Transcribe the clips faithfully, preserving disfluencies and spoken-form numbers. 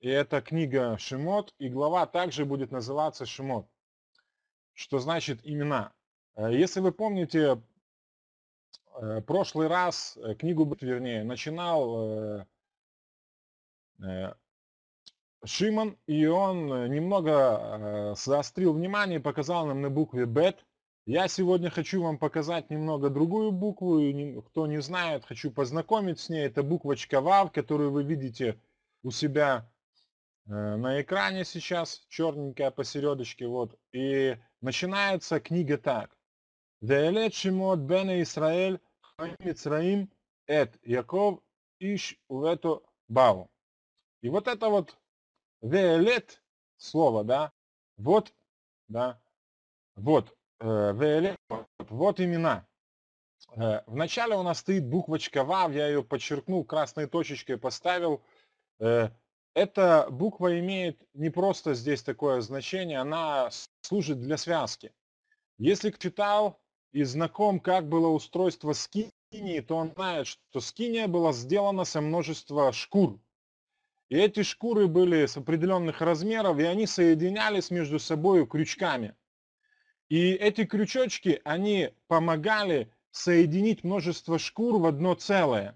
И это книга Шимот, и глава также будет называться Шимот, что значит имена. Э, Если вы помните, э, прошлый раз э, книгу, вернее, начинал э, э, Шимон, и он э, немного э, заострил внимание и показал нам на букве Бет. Я сегодня хочу вам показать немного другую букву, и не- кто не знает, хочу познакомить с ней. Это буквочка Вав, которую вы видите у себя э, на экране сейчас, черненькая посередочке, вот. И начинается книга так. «Веэлет Шимот бене Исраэль хаим Мицраим эт Яков иш увето бау». И вот это вот «веэлет» слово, да, вот, да, вот, э, «веэлет», вот имена. Э, Вначале у нас стоит буквочка «вав», я ее подчеркнул, красной точечкой поставил. Э, Эта буква имеет не просто здесь такое значение, она служит для связки. Если кто читал и знаком, как было устройство скинии, то он знает, что скиния была сделана со множества шкур. И эти шкуры были с определенных размеров, и они соединялись между собой крючками. И эти крючочки, они помогали соединить множество шкур в одно целое.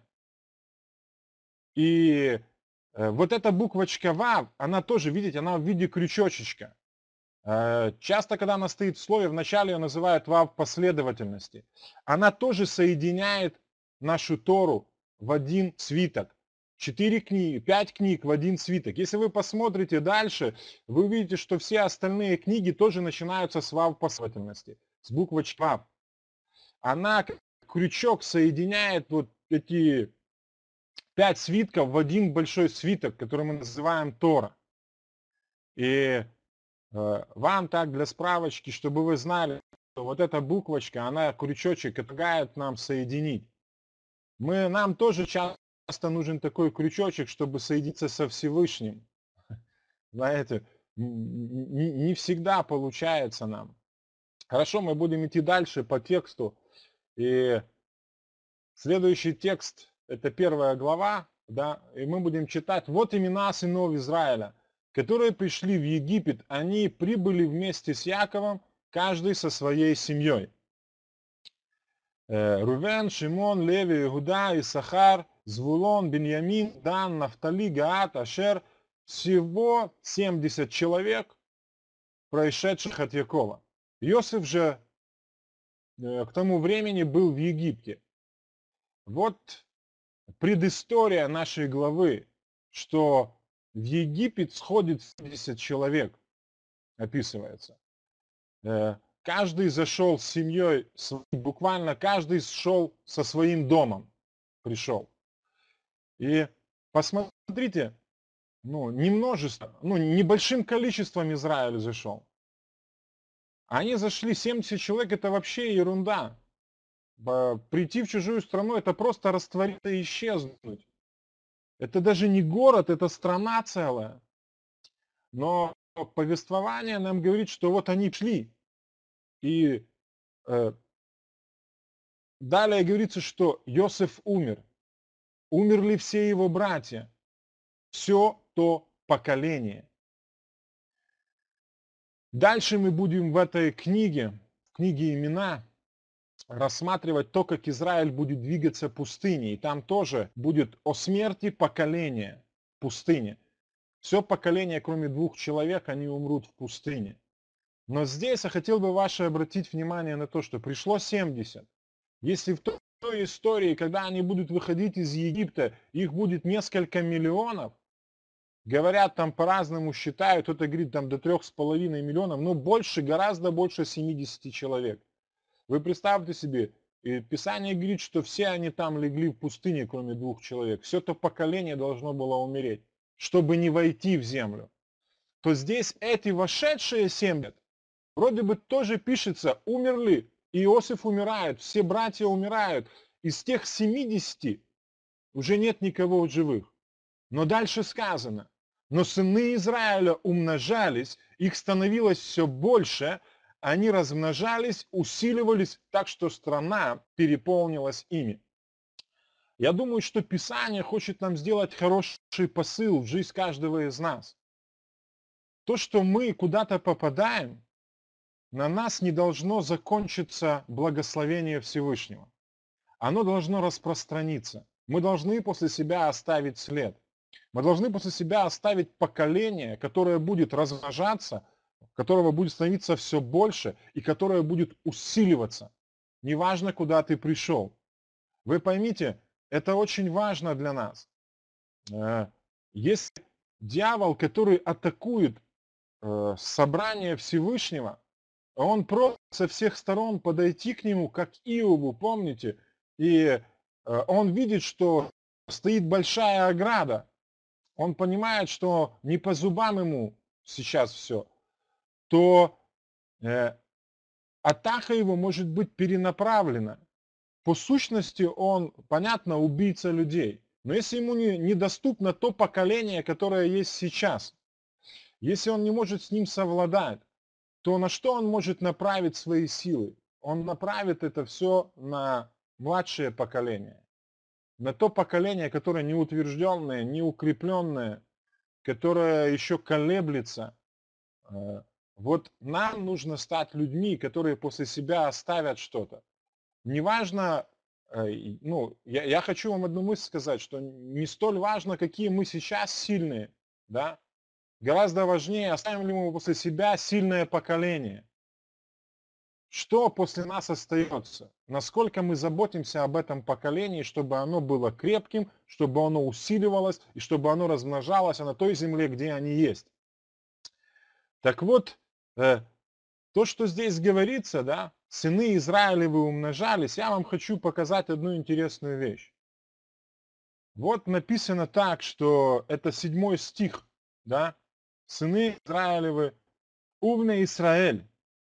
И э, вот эта буквочка «вав», она тоже, видите, она в виде крючочечка. Э, Часто, когда она стоит в слове, вначале ее называют «вав» последовательности. Она тоже соединяет нашу Тору в один свиток. Четыре книги, пять книг в один свиток. Если вы посмотрите дальше, вы увидите, что все остальные книги тоже начинаются с «вав» последовательности, с буквочки «вав». Она, как крючок, соединяет вот эти пять свитков в один большой свиток, который мы называем Тора. И э, вам так для справочки, чтобы вы знали, что вот эта буквочка, она крючочек помогает нам соединить. Мы, нам тоже часто нужен такой крючочек, чтобы соединиться со Всевышним. Знаете, не, не всегда получается нам. Хорошо, мы будем идти дальше по тексту. И следующий текст, это первая глава, да, и мы будем читать. Вот имена сынов Израиля, которые пришли в Египет, они прибыли вместе с Яковом, каждый со своей семьей. Э, Рувен, Шимон, Леви, Иуда, Исахар, Звулон, Беньямин, Дан, Нафтали, Гаат, Ашер. Всего семьдесят человек, происшедших от Якова. Иосиф же э, к тому времени был в Египте. Вот предыстория нашей главы, что в Египет сходит семьдесят человек, описывается. Э, Каждый зашел с семьей, буквально каждый шел со своим домом, пришел. И посмотрите, ну, не множество, ну, небольшим количеством Израиль зашел. Они зашли семьдесят человек, это вообще ерунда. Прийти в чужую страну, это просто раствориться и исчезнуть. Это даже не город, это страна целая. Но повествование нам говорит, что вот они шли. И э, далее говорится, что Иосиф умер. Умерли все его братья. Все то поколение. Дальше мы будем в этой книге, в книге имена, рассматривать то, как Израиль будет двигаться пустыней. И там тоже будет о смерти поколения в пустыне. Все поколение, кроме двух человек, они умрут в пустыне. Но здесь я хотел бы ваше обратить внимание на то, что пришло семьдесят. Если в той, той истории, когда они будут выходить из Египта, их будет несколько миллионов, говорят, там по-разному считают, кто-то говорит там до трех с половиной миллионов, но больше, гораздо больше семидесяти человек. Вы представьте себе, и Писание говорит, что все они там легли в пустыне, кроме двух человек. Все то поколение должно было умереть, чтобы не войти в землю. То здесь эти вошедшие семьдесят, вроде бы тоже пишется, умерли, Иосиф умирает, все братья умирают. Из тех семидесяти уже нет никого в живых. Но дальше сказано, но сыны Израиля умножались, их становилось все больше, они размножались, усиливались, так что страна переполнилась ими. Я думаю, что Писание хочет нам сделать хороший посыл в жизнь каждого из нас. То, что мы куда-то попадаем, на нас не должно закончиться благословение Всевышнего. Оно должно распространиться. Мы должны после себя оставить след. Мы должны после себя оставить поколение, которое будет размножаться, которого будет становиться все больше и которое будет усиливаться. Неважно, куда ты пришел. Вы поймите, это очень важно для нас. Э, Есть дьявол, который атакует э, собрание Всевышнего, он просто со всех сторон подойти к нему, как Иову, помните? И э, он видит, что стоит большая ограда. Он понимает, что не по зубам ему сейчас все. То э, атака его может быть перенаправлена. По сущности он, понятно, убийца людей. Но если ему не, недоступно то поколение, которое есть сейчас, если он не может с ним совладать, то на что он может направить свои силы? Он направит это все на младшее поколение. На то поколение, которое не утвержденное, не укрепленное, которое еще колеблется. Э, Вот нам нужно стать людьми, которые после себя оставят что-то. Неважно, э, и, ну, я, я хочу вам одну мысль сказать, что не столь важно, какие мы сейчас сильные, да, гораздо важнее, оставим ли мы после себя сильное поколение. Что после нас остается? Насколько мы заботимся об этом поколении, чтобы оно было крепким, чтобы оно усиливалось и чтобы оно размножалось на той земле, где они есть. Так вот, э, то, что здесь говорится, да, сыны Израилевы умножались, я вам хочу показать одну интересную вещь. Вот написано так, что это седьмой стих, да, сыны Израилевы, увне Израиль,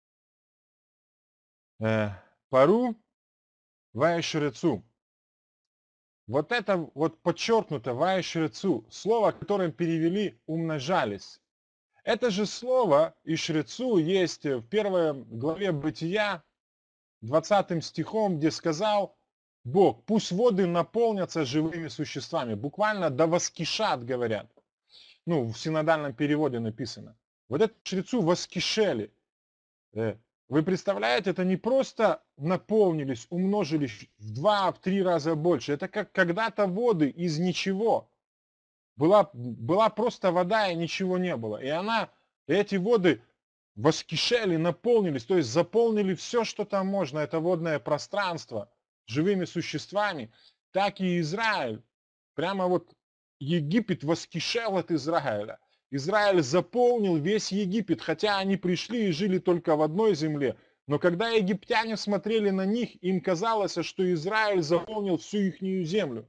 э, пару ваешрецу. Вот это вот подчеркнуто ваешрецу, слово, которым перевели умножались. Это же слово ишрецу есть в первой главе Бытия, двадцатым стихом, где сказал Бог, пусть воды наполнятся живыми существами. Буквально да воскишат, говорят. Ну, в синодальном переводе написано. Вот это шрецу воскишели. Э, Вы представляете, это не просто наполнились, умножились в два, в три раза больше. Это как когда-то воды из ничего. Была, была просто вода и ничего не было. И она, эти воды воскишели, наполнились, то есть заполнили все, что там можно, это водное пространство живыми существами. Так и Израиль. Прямо вот Египет воскишел от Израиля. Израиль заполнил весь Египет, хотя они пришли и жили только в одной земле. Но когда египтяне смотрели на них, им казалось, что Израиль заполнил всю их землю.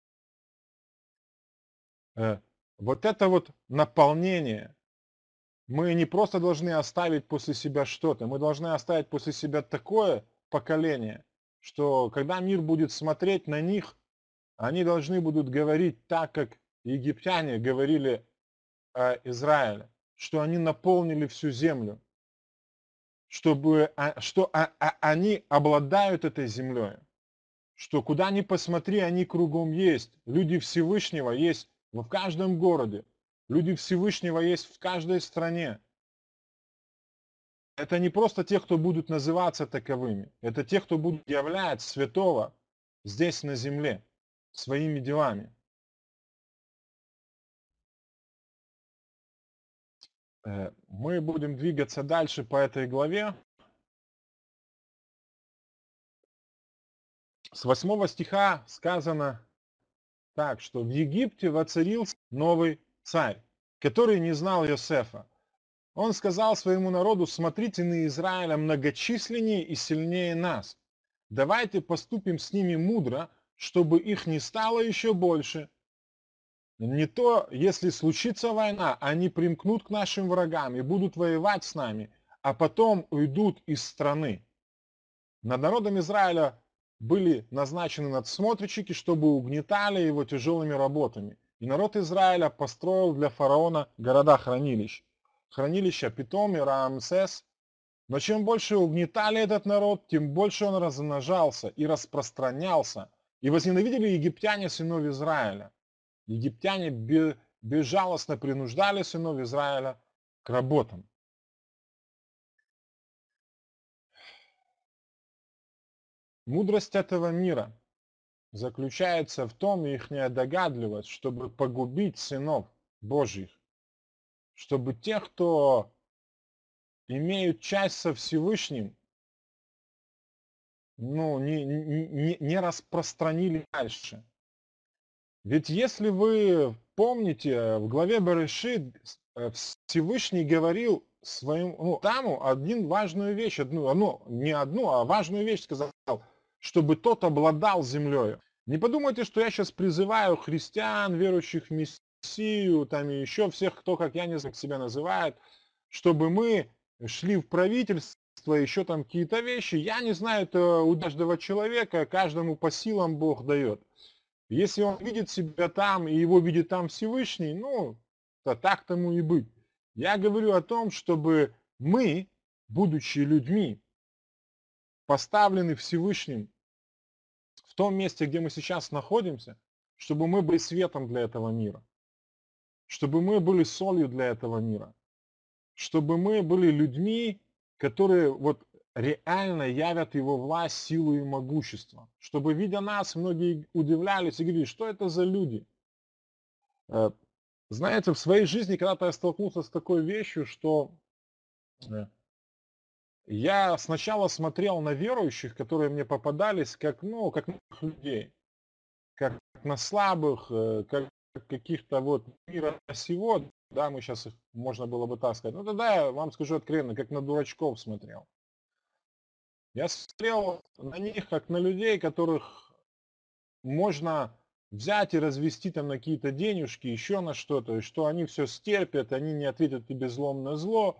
Вот это вот наполнение. Мы не просто должны оставить после себя что-то, мы должны оставить после себя такое поколение, что когда мир будет смотреть на них, они должны будут говорить так, как египтяне говорили о Израиле, что они наполнили всю землю, чтобы, что они обладают этой землей, что куда ни посмотри, они кругом есть. Люди Всевышнего есть в каждом городе, люди Всевышнего есть в каждой стране. Это не просто те, кто будут называться таковыми, это те, кто будут являть святого здесь на земле своими делами. Мы будем двигаться дальше по этой главе. С восьмого стиха сказано так, что в Египте воцарился новый царь, который не знал Иосифа. Он сказал своему народу: смотрите на Израиля многочисленнее и сильнее нас. Давайте поступим с ними мудро, чтобы их не стало еще больше. Не то, если случится война, они примкнут к нашим врагам и будут воевать с нами, а потом уйдут из страны. Над народом Израиля были назначены надсмотрщики, чтобы угнетали его тяжелыми работами. И народ Израиля построил для фараона города-хранилищ. Хранилища Питом и Раамсес. Но чем больше угнетали этот народ, тем больше он размножался и распространялся, И возненавидели египтяне сынов Израиля. Египтяне бе- безжалостно принуждали сынов Израиля к работам. Мудрость этого мира заключается в том, и ихняя догадливость, чтобы погубить сынов Божьих, чтобы тех, кто имеют часть со Всевышним, ну, не, не, не не распространили дальше. Ведь если вы помните, в главе Берешит э, Всевышний говорил своему ну, Адаму один важную вещь, одну, одну, не одну, а важную вещь сказал, чтобы тот обладал землей. Не подумайте, что я сейчас призываю христиан, верующих в Мессию, там и еще всех, кто, как я не знаю, себя называет, чтобы мы шли в правительство, еще там какие-то вещи. Я не знаю, это у каждого человека, каждому по силам Бог дает. Если он видит себя там, и его видит там Всевышний, ну, то так тому и быть. Я говорю о том, чтобы мы, будучи людьми, поставлены Всевышним в том месте, где мы сейчас находимся, чтобы мы были светом для этого мира, чтобы мы были солью для этого мира, чтобы мы были людьми, которые вот реально явят его власть, силу и могущество. Чтобы, видя нас, многие удивлялись и говорили, что это за люди. Э, Знаете, в своей жизни когда-то я столкнулся с такой вещью, что э, я сначала смотрел на верующих, которые мне попадались, как, ну, как на людей, как на слабых, э, как каких-то вот мира сего, да, мы сейчас их, можно было бы так сказать. Ну тогда я вам скажу откровенно, как на дурачков смотрел. Я смотрел на них, как на людей, которых можно взять и развести там на какие-то денежки, еще на что-то, и что они все стерпят, они не ответят тебе злом на зло.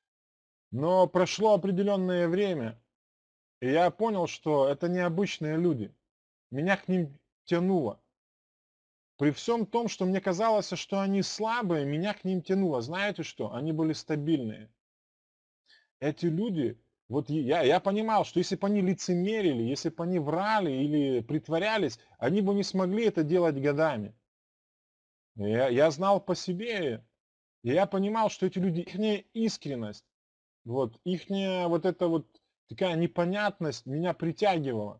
Но прошло определенное время, и я понял, что это необычные люди. Меня к ним тянуло. При всем том, что мне казалось, что они слабые, меня к ним тянуло. Знаете что? Они были стабильные. Эти люди, вот я, я понимал, что если бы они лицемерили, если бы они врали или притворялись, они бы не смогли это делать годами. Я, я знал по себе, и я понимал, что эти люди, их искренность, вот, их вот эта вот такая непонятность меня притягивала.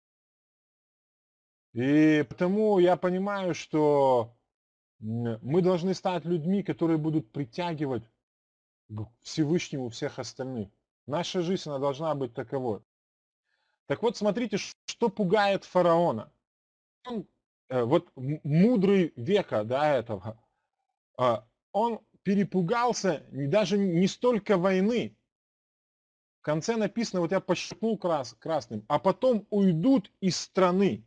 И потому я понимаю, что мы должны стать людьми, которые будут притягивать к Всевышнему всех остальных. Наша жизнь, она должна быть таковой. Так вот, смотрите, что пугает фараона. Он, э, вот мудрый века, да, этого, а, он перепугался не, даже не столько войны. В конце написано, вот я подчеркнул крас, красным, а потом уйдут из страны.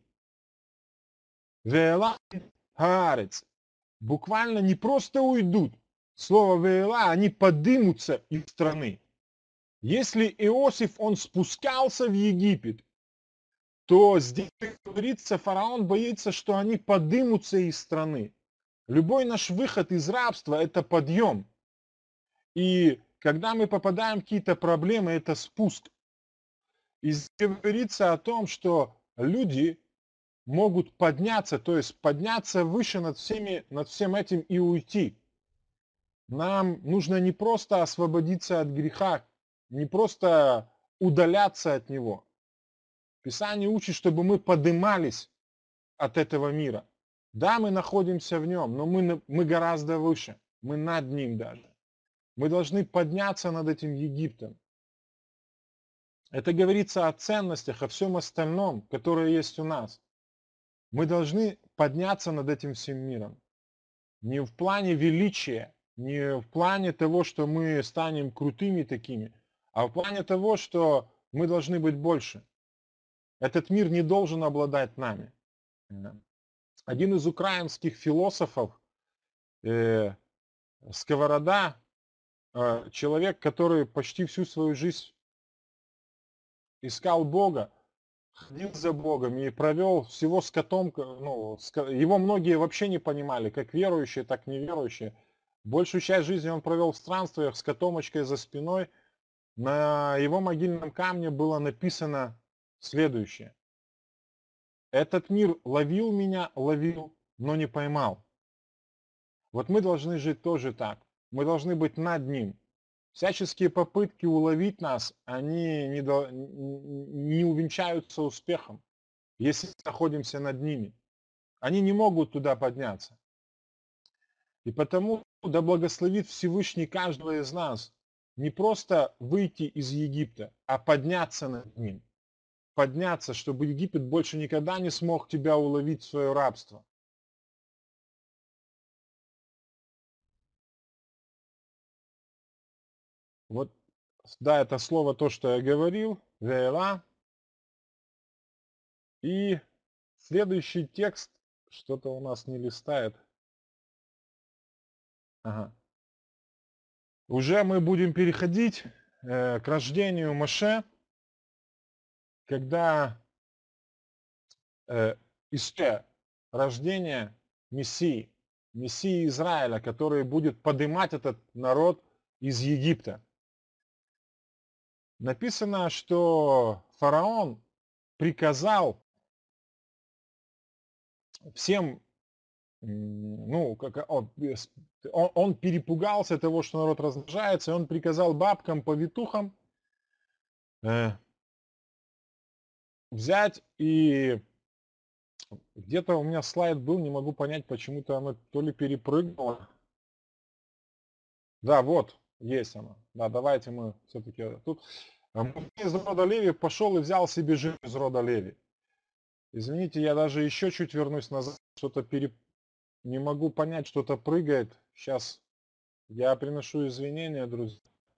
Веэла хаарец. Буквально не просто уйдут. Слово веэла, они подымутся из страны. Если Иосиф, он спускался в Египет, то здесь говорится, фараон боится, что они подымутся из страны. Любой наш выход из рабства – это подъем. И когда мы попадаем в какие-то проблемы, это спуск. И здесь говорится о том, что люди могут подняться, то есть подняться выше над, всеми, над всем этим и уйти. Нам нужно не просто освободиться от греха, не просто удаляться от него. Писание учит, чтобы мы подымались от этого мира. Да, мы находимся в нем, но мы, мы гораздо выше, мы над ним даже. Мы должны подняться над этим Египтом. Это говорится о ценностях, о всем остальном, которое есть у нас. Мы должны подняться над этим всем миром. Не в плане величия, не в плане того, что мы станем крутыми такими, а в плане того, что мы должны быть больше. Этот мир не должен обладать нами. Один из украинских философов, э, Сковорода, э, человек, который почти всю свою жизнь искал Бога, ходил за Богом и провел всего с котом, ну, его многие вообще не понимали, как верующие, так и неверующие. Большую часть жизни он провел в странствиях с котомочкой за спиной. На его могильном камне было написано следующее. Этот мир ловил меня, ловил, но не поймал. Вот мы должны жить тоже так. Мы должны быть над ним. Всяческие попытки уловить нас, они не, до, не увенчаются успехом, если находимся над ними. Они не могут туда подняться. И потому да благословит Всевышний каждого из нас не просто выйти из Египта, а подняться над ним. Подняться, чтобы Египет больше никогда не смог тебя уловить в свое рабство. Вот, да, это слово то, что я говорил, веэла. И следующий текст, что-то у нас не листает. Ага. Уже мы будем переходить э, к рождению Моше, когда э, история рождения Мессии, Мессии Израиля, который будет поднимать этот народ из Египта. Написано, что фараон приказал всем, ну, как он, он, он перепугался того, что народ размножается, и он приказал бабкам, повитухам э, взять и где-то у меня слайд был, не могу понять, почему-то оно то ли перепрыгнуло. Да, вот, есть оно. Да, давайте мы все-таки тут. Муж из рода Леви пошел и взял себе жену из рода Леви. Извините, я даже еще чуть вернусь назад, что-то переп... не могу понять, что-то прыгает. Сейчас я приношу извинения, друзья.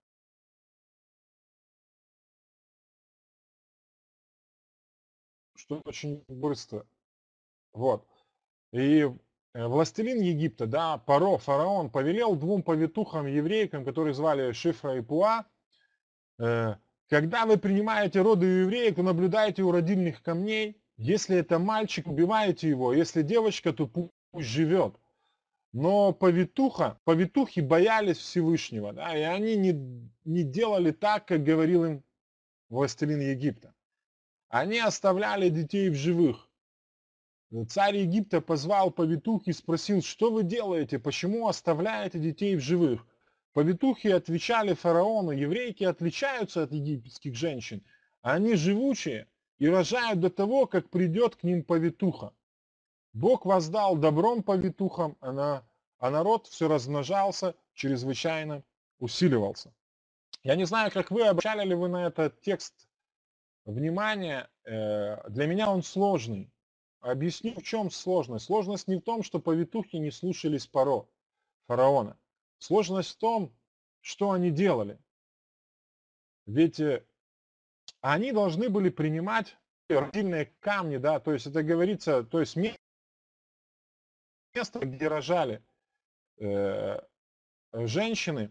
Что очень быстро. Вот. И властелин Египта, да, Паро, фараон, повелел двум повитухам еврейкам, которые звали Шифра и Пуа, э, когда вы принимаете роды у евреев, то наблюдаете у родильных камней. Если это мальчик, убиваете его. Если девочка, то пусть живет. Но повитуха, повитухи боялись Всевышнего, да, и они не, не делали так, как говорил им властелин Египта. Они оставляли детей в живых. Царь Египта позвал повитух и спросил, что вы делаете, почему оставляете детей в живых? Повитухи отвечали фараону, еврейки отличаются от египетских женщин, они живучие и рожают до того, как придет к ним повитуха. Бог воздал добром повитухам, а, а народ все размножался, чрезвычайно усиливался. Я не знаю, как вы, обращали ли вы на этот текст внимание, э, для меня он сложный. Объясню, в чем сложность. Сложность не в том, что повитухи не слушались Паро, фараона. Сложность в том, что они делали. Ведь э, они должны были принимать родильные камни, да, то есть это говорится, то есть место, где рожали э, женщины,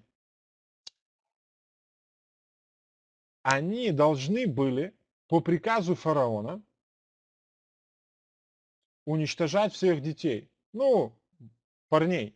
они должны были по приказу фараона уничтожать всех детей, ну, парней.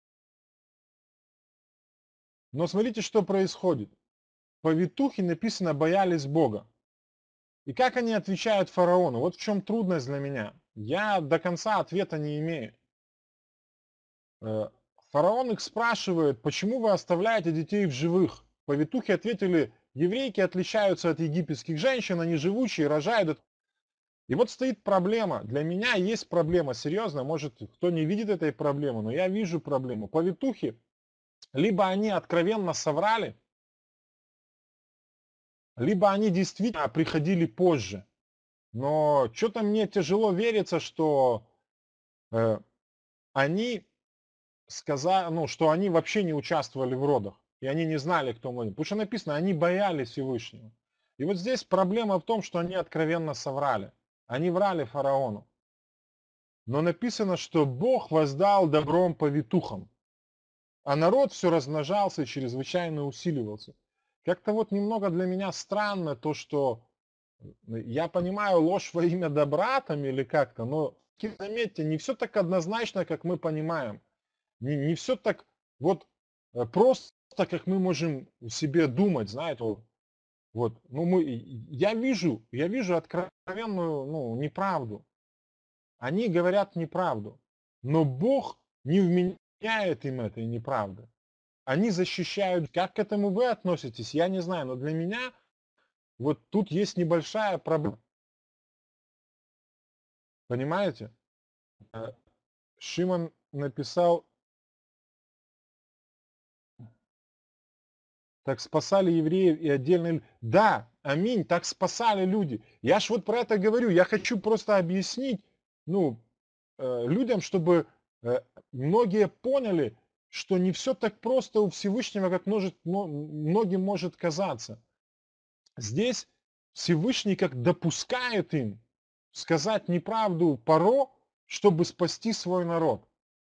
Но смотрите, что происходит. Повитухи, написано, боялись Бога. И как они отвечают фараону? Вот в чем трудность для меня. Я до конца ответа не имею. Э, фараон их спрашивает, почему вы оставляете детей в живых? Повитухи ответили, еврейки отличаются от египетских женщин, они живучие, рожают. И вот стоит проблема. Для меня есть проблема, серьезно, может кто не видит этой проблемы, но я вижу проблему. Повитухи, либо они откровенно соврали, либо они действительно приходили позже. Но что-то мне тяжело верится, что э, они сказали, ну, что они вообще не участвовали в родах. И они не знали, кто мы. Потому что написано, они боялись Всевышнего. И вот здесь проблема в том, что они откровенно соврали. Они врали фараону. Но написано, что Бог воздал добром повитухам. А народ все размножался и чрезвычайно усиливался. Как-то вот немного для меня странно то, что я понимаю ложь во имя добра там или как-то, но заметьте, не все так однозначно, как мы понимаем. Не, не все так вот э, просто, как мы можем себе думать, знаете, вот, вот, ну мы, я вижу, я вижу откровенную, ну, неправду. они говорят неправду. Но Бог не вменяет им этой неправды. Они защищают. Как к этому вы относитесь, я не знаю, но для меня вот тут есть небольшая проблема. Понимаете? Э, Шимон написал: так спасали евреев и отдельно... Да, аминь, так спасали люди. Я ж вот про это говорю, я хочу просто объяснить, ну, э, людям, чтобы э, многие поняли, что не все так просто у Всевышнего, как может, но, многим может казаться. Здесь Всевышний как допускает им сказать неправду Паро, чтобы спасти свой народ.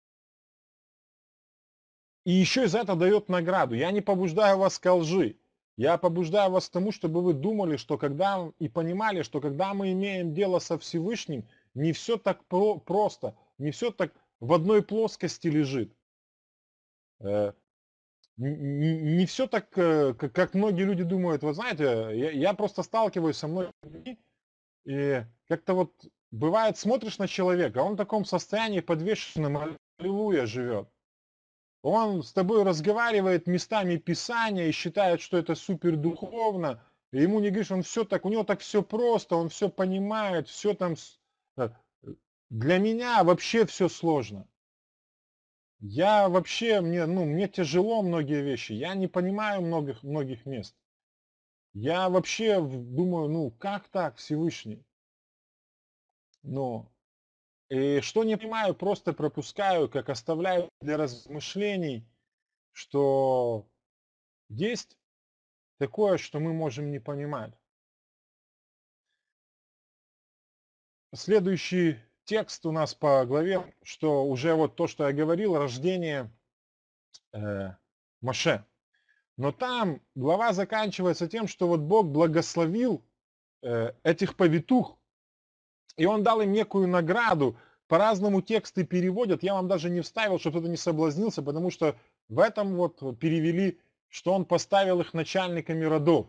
И еще и за это дает награду. Я не побуждаю вас к лжи. Я побуждаю вас к тому, чтобы вы думали, что когда и понимали, что когда мы имеем дело со Всевышним, не все так про просто, не все так в одной плоскости лежит. Э, Не все так, э, как как многие люди думают. Вы знаете, я, я просто сталкиваюсь со многими людьми, и как-то вот бывает, смотришь на человека, он в таком состоянии подвешенном, аллилуйя живет. Он с тобой разговаривает местами Писания и считает, что это супер духовно. И ему не говоришь, он все так, у него так все просто, он все понимает, все там... с- э, Для меня вообще все сложно. Я вообще, мне, ну, мне тяжело многие вещи, я не понимаю многих, многих мест. Я вообще в- думаю, ну, как так, Всевышний? Ну, и что не понимаю, просто пропускаю, как оставляю для размышлений, что есть такое, что мы можем не понимать. Следующий текст у нас по главе, что уже вот то, что я говорил, рождение э, Моше. Но там глава заканчивается тем, что вот Бог благословил э, этих повитух, и Он дал им некую награду. По-разному тексты переводят, я вам даже не вставил, чтобы кто-то не соблазнился, потому что в этом вот перевели, что Он поставил их начальниками родов.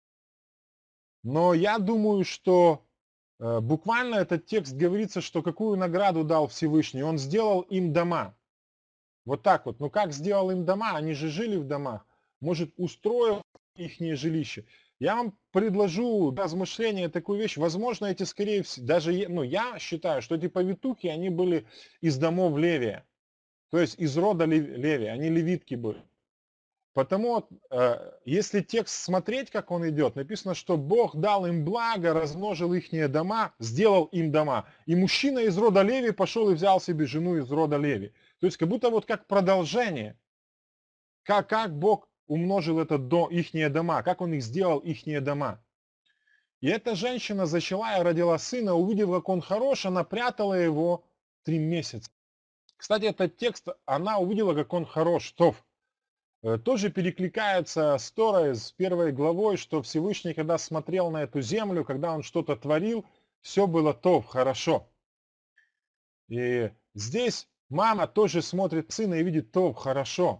Но я думаю, что э, буквально этот текст говорится, что какую награду дал Всевышний. Он сделал им дома. Вот так вот. Ну как сделал им дома? Они же жили в домах. Может, устроил их жилище. Я вам предложу для размышления такую вещь. Возможно, эти, скорее всего, даже ну, я считаю, что эти повитухи, они были из домов Левия. То есть из рода Левия. Они левитки были. Потому, э, если текст смотреть, как он идет, написано, что Бог дал им благо, размножил их дома, сделал им дома. И мужчина из рода Леви пошел и взял себе жену из рода Леви. То есть как будто вот как продолжение. Как, как Бог умножил это до их дома, как он их сделал, их дома. И эта женщина зачала и родила сына, увидев, как он хорош, она прятала его три месяца. Кстати, этот текст, она увидела, как он хорош, тов. Тоже перекликается с Торой, с первой главой, что Всевышний, когда смотрел на эту землю, когда он что-то творил, все было то, хорошо. И здесь мама тоже смотрит сына и видит то, хорошо.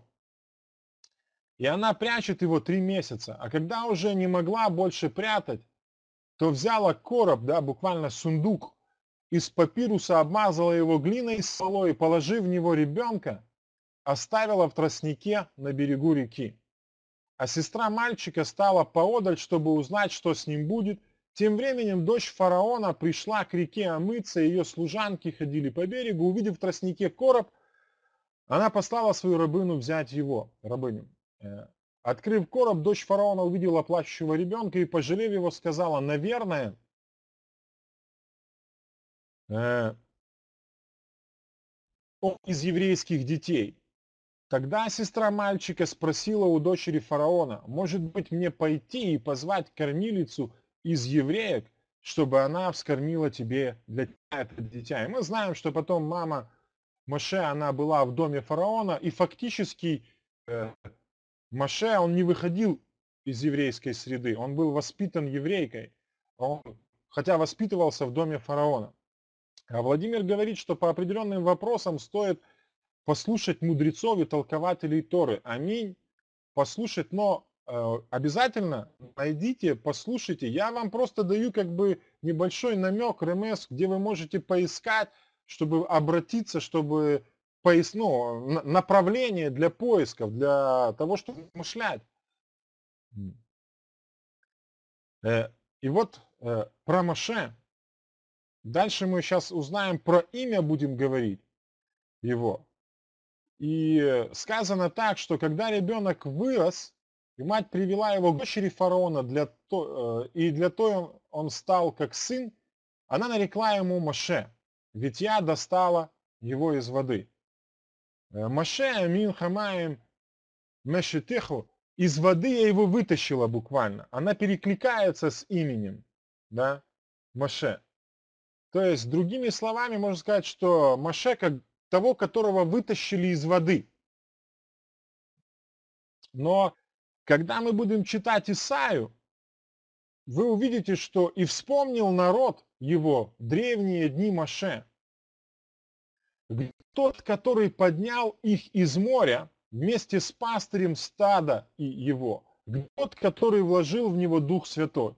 И она прячет его три месяца. А когда уже не могла больше прятать, то взяла короб, да, буквально сундук, из папируса обмазала его глиной и смолой, и, положив в него ребенка, оставила в тростнике на берегу реки. А сестра мальчика стала поодаль, чтобы узнать, что с ним будет. Тем временем дочь фараона пришла к реке омыться, ее служанки ходили по берегу. Увидев в тростнике короб, она послала свою рабыню взять его, рабыню. Э, Открыв короб, дочь фараона увидела плачущего ребенка и, пожалев его, сказала: наверное, э, он из еврейских детей. Тогда сестра мальчика спросила у дочери фараона: может быть, мне пойти и позвать кормилицу из евреек, чтобы она вскормила тебе для тебя это дитя? И мы знаем, что потом мама Моше, она была в доме фараона, и фактически э, Моше, он не выходил из еврейской среды, он был воспитан еврейкой, он, хотя воспитывался в доме фараона. А Владимир говорит, что по определенным вопросам стоит послушать мудрецов и толкователей Торы. Аминь. Послушать, но э, обязательно найдите, послушайте. Я вам просто даю как бы небольшой намек, ремес, где вы можете поискать, чтобы обратиться, чтобы пояс, ну, на- направление для поисков, для того, чтобы мышлять. Э, И вот э, про Моше. Дальше мы сейчас узнаем про имя, будем говорить его. И э, сказано так, что когда ребенок вырос, и мать привела его к дочери фараона, для то, э, и для того он стал как сын, она нарекла ему Моше, ведь я достала его из воды. Э, Моше мин хамаем мешетеху, из воды я его вытащила буквально. Она перекликается с именем, да, Моше. То есть, другими словами, можно сказать, что Моше как того, которого вытащили из воды. Но когда мы будем читать Исаию, вы увидите, что и вспомнил народ его древние дни Моше. Тот, который поднял их из моря вместе с пастырем стада и его. Тот, который вложил в него Дух Святой.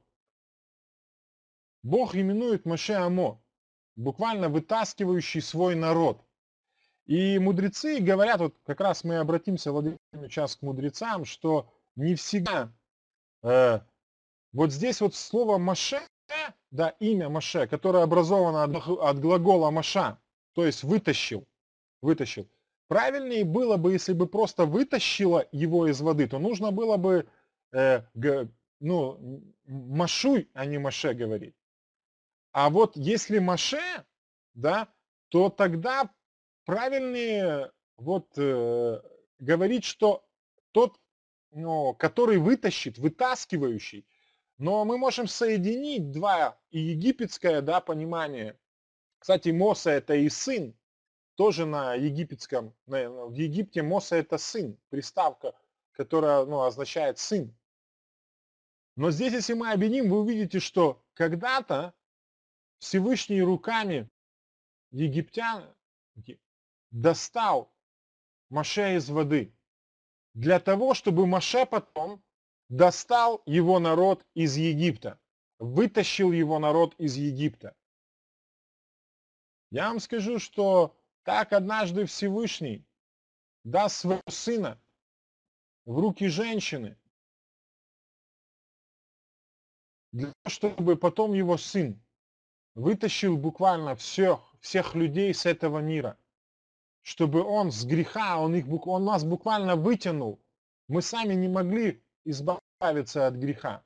Бог именует Моше Амо, буквально вытаскивающий свой народ. И мудрецы говорят, вот как раз мы обратимся, Владимир, сейчас к мудрецам, что не всегда, э, вот здесь вот слово Моше, да, имя Моше, которое образовано от, от глагола Моша, то есть вытащил, вытащил. Правильнее было бы, если бы просто вытащила его из воды, то нужно было бы, э, г, ну, Машуй, а не Моше говорить. А вот если Моше, да, то тогда правильнее вот э, говорить, что тот, ну, который вытащит, вытаскивающий. Но мы можем соединить два и египетское, да, понимание. Кстати, Моса это и сын, тоже на египетском, на, в Египте Моса это сын, приставка, которая, ну, означает сын. Но здесь, если мы объединим, вы увидите, что когда-то Всевышний руками египтян достал Моше из воды, для того, чтобы Моше потом достал его народ из Египта, вытащил его народ из Египта. Я вам скажу, что так однажды Всевышний даст своего сына в руки женщины, для того, чтобы потом его сын вытащил буквально всех, всех людей с этого мира, чтобы он с греха, он, их, он нас буквально вытянул. Мы сами не могли избавиться от греха.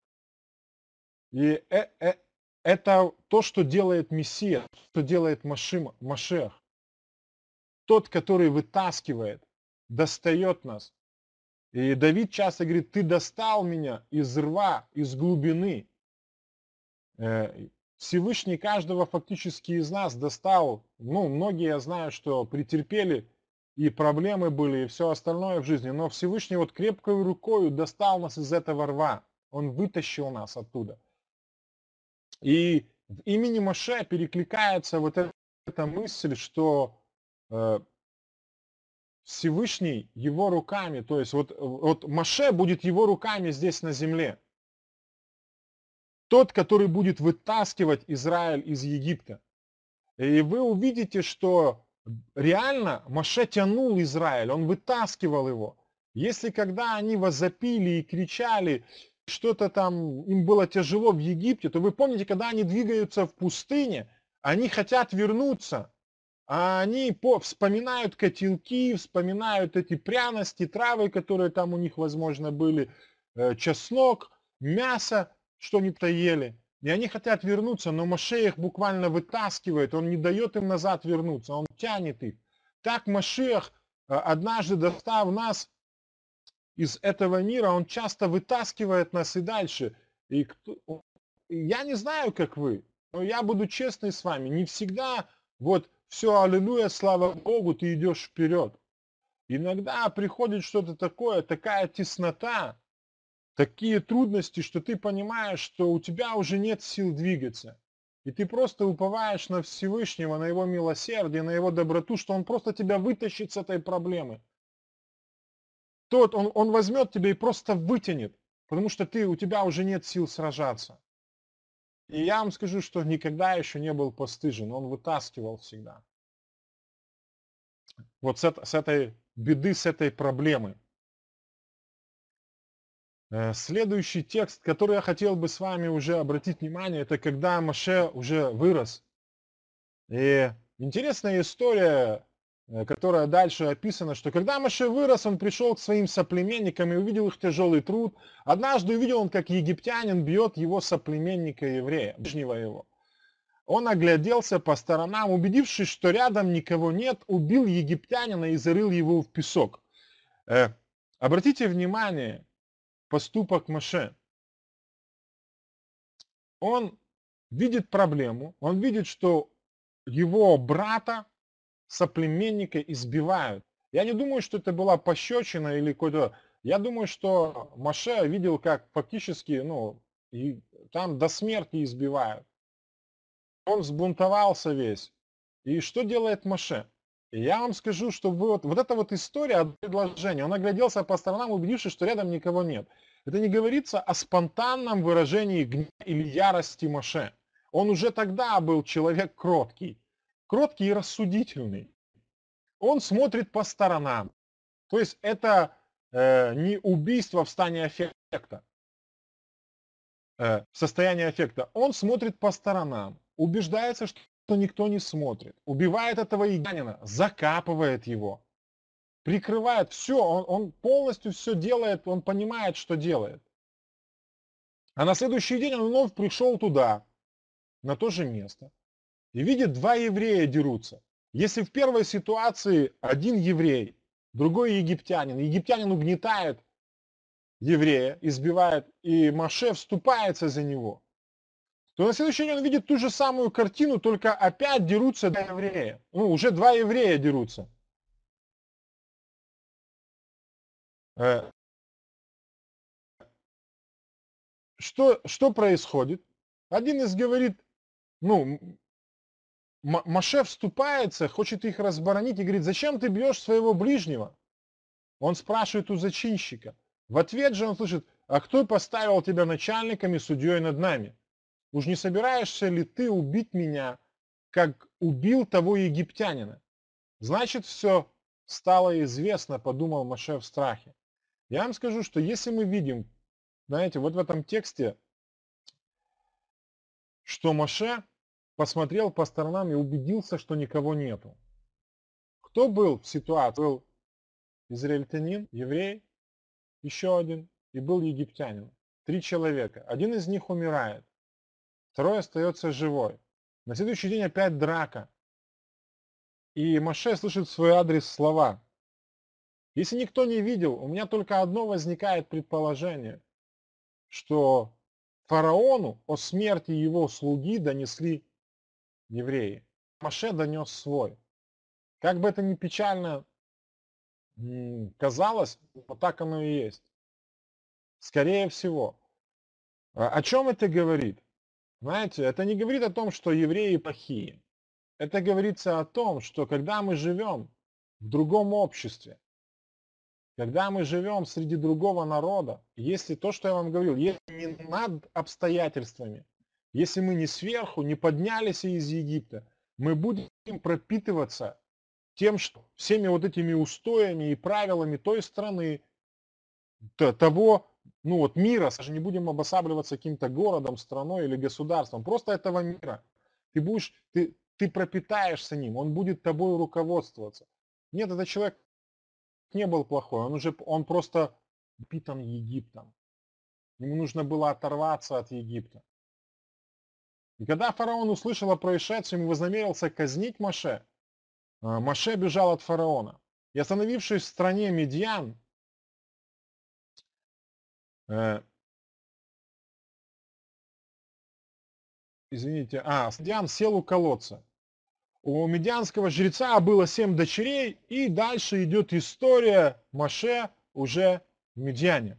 И э, э, это то, что делает Мессия, что делает Машим, Машех. Тот, который вытаскивает, достает нас. И Давид часто говорит, ты достал меня из рва, из глубины. Э, Всевышний каждого фактически из нас достал. Ну, многие, я знаю, что претерпели, и проблемы были, и все остальное в жизни. Но Всевышний вот крепкой рукой достал нас из этого рва. Он вытащил нас оттуда. И в имени Моше перекликается вот эта мысль, что э, Всевышний его руками, то есть вот, вот Моше будет его руками здесь на земле. Тот, который будет вытаскивать Израиль из Египта. И вы увидите, что реально Моше тянул Израиль, он вытаскивал его. Если когда они возопили и кричали, что-то там им было тяжело в Египте, то вы помните, когда они двигаются в пустыне, они хотят вернуться, а они по, вспоминают котелки, вспоминают эти пряности, травы, которые там у них, возможно, были, э, чеснок, мясо, что они-то ели. И они хотят вернуться, но Моше их буквально вытаскивает, он не дает им назад вернуться, он тянет их. Так Машиах, э, однажды достав нас из этого мира, он часто вытаскивает нас и дальше. И кто, я не знаю, как вы, но я буду честный с вами, не всегда вот все, аллилуйя, слава Богу, ты идешь вперед. Иногда приходит что-то такое, такая теснота, такие трудности, что ты понимаешь, что у тебя уже нет сил двигаться. И ты просто уповаешь на Всевышнего, на Его милосердие, на Его доброту, что Он просто тебя вытащит с этой проблемы. Тот, Он, он возьмет тебя и просто вытянет, потому что ты, у тебя уже нет сил сражаться. И я вам скажу, что никогда еще не был постыжен, он вытаскивал всегда. Вот с, это, с этой беды, с этой проблемы. Э, Следующий текст, который я хотел бы с вами уже обратить внимание, это когда Моше уже вырос. И интересная история, э, которая дальше описана, что когда Моше вырос, он пришел к своим соплеменникам и увидел их тяжелый труд. Однажды увидел он, как египтянин бьет его соплеменника еврея, ближнего его. Он огляделся по сторонам, убедившись, что рядом никого нет, убил египтянина и зарыл его в песок. Э, обратите внимание, поступок Моше. Он видит проблему, он видит, что его брата, соплеменника избивают. Я не думаю, что это была пощечина или какой-то... Я думаю, что Моше видел, как фактически, ну, и там до смерти избивают. Он взбунтовался весь. И что делает Моше? И я вам скажу, что вы вот, вот эта вот история от предложения, он огляделся по сторонам, убедившись, что рядом никого нет. Это не говорится о спонтанном выражении гнева или ярости Моше. Он уже тогда был человек кроткий, кроткий и рассудительный. Он смотрит по сторонам. То есть это э, не убийство в состоянии аффекта, э, в состоянии аффекта. Он смотрит по сторонам, убеждается, что никто не смотрит, убивает этого египтянина, закапывает его, прикрывает все, он, он полностью все делает, он понимает, что делает. А на следующий день он вновь пришел туда, на то же место, и видит, два еврея дерутся. Если в первой ситуации один еврей, другой египтянин, египтянин угнетает еврея, избивает, и Моше вступается за него, то на следующий день он видит ту же самую картину, только опять дерутся два еврея. Ну, уже два еврея дерутся. Э, Что, что происходит? Один из говорит, ну, М- Моше вступается, хочет их разборонить и говорит, зачем ты бьешь своего ближнего? Он спрашивает у зачинщика. В ответ же он слышит, а кто поставил тебя начальником и судьей над нами? Уж не собираешься ли ты убить меня, как убил того египтянина? Значит, все стало известно, подумал Моше в страхе. Я вам скажу, что если мы видим, знаете, вот в этом тексте, что Моше посмотрел по сторонам и убедился, что никого нету. Кто был в ситуации? Был израильтянин, еврей, еще один, и был египтянин. Три человека. Один из них умирает, второй остается живой. На следующий день опять драка. И Моше слышит в свой адрес слова. Если никто не видел, у меня только одно возникает предположение, что фараону о смерти его слуги донесли евреи. Моше донес свой. Как бы это ни печально казалось, вот так оно и есть. Скорее всего. А о чем это говорит? Знаете, это не говорит о том, что евреи плохие. Это говорится о том, что когда мы живем в другом обществе, когда мы живем среди другого народа, если то, что я вам говорил, если не над обстоятельствами, если мы не сверху, не поднялись из Египта, мы будем пропитываться тем, что всеми вот этими устоями и правилами той страны, того, ну вот мира, даже не будем обосабливаться каким-то городом, страной или государством, просто этого мира. Ты будешь, ты, ты пропитаешься ним, он будет тобой руководствоваться. Нет, этот человек не был плохой, он уже, он просто питан Египтом. Ему нужно было оторваться от Египта. И когда фараон услышал о происшедшем и вознамерился казнить Моше, Моше бежал от фараона. И остановившись в стране Медьян, э, извините, а, Медьян сел у колодца. У медианского жреца было семь дочерей, и дальше идет история Моше уже в Медиане.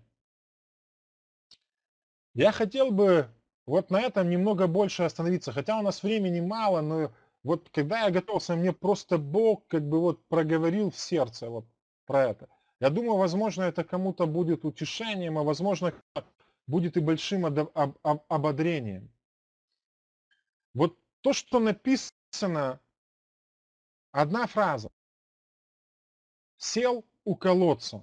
Я хотел бы вот на этом немного больше остановиться, хотя у нас времени мало, но вот когда я готовился, мне просто Бог как бы вот проговорил в сердце вот про это. Я думаю, возможно, это кому-то будет утешением, а возможно, будет и большим ободрением. Вот то, что написано, одна фраза. Сел у колодца.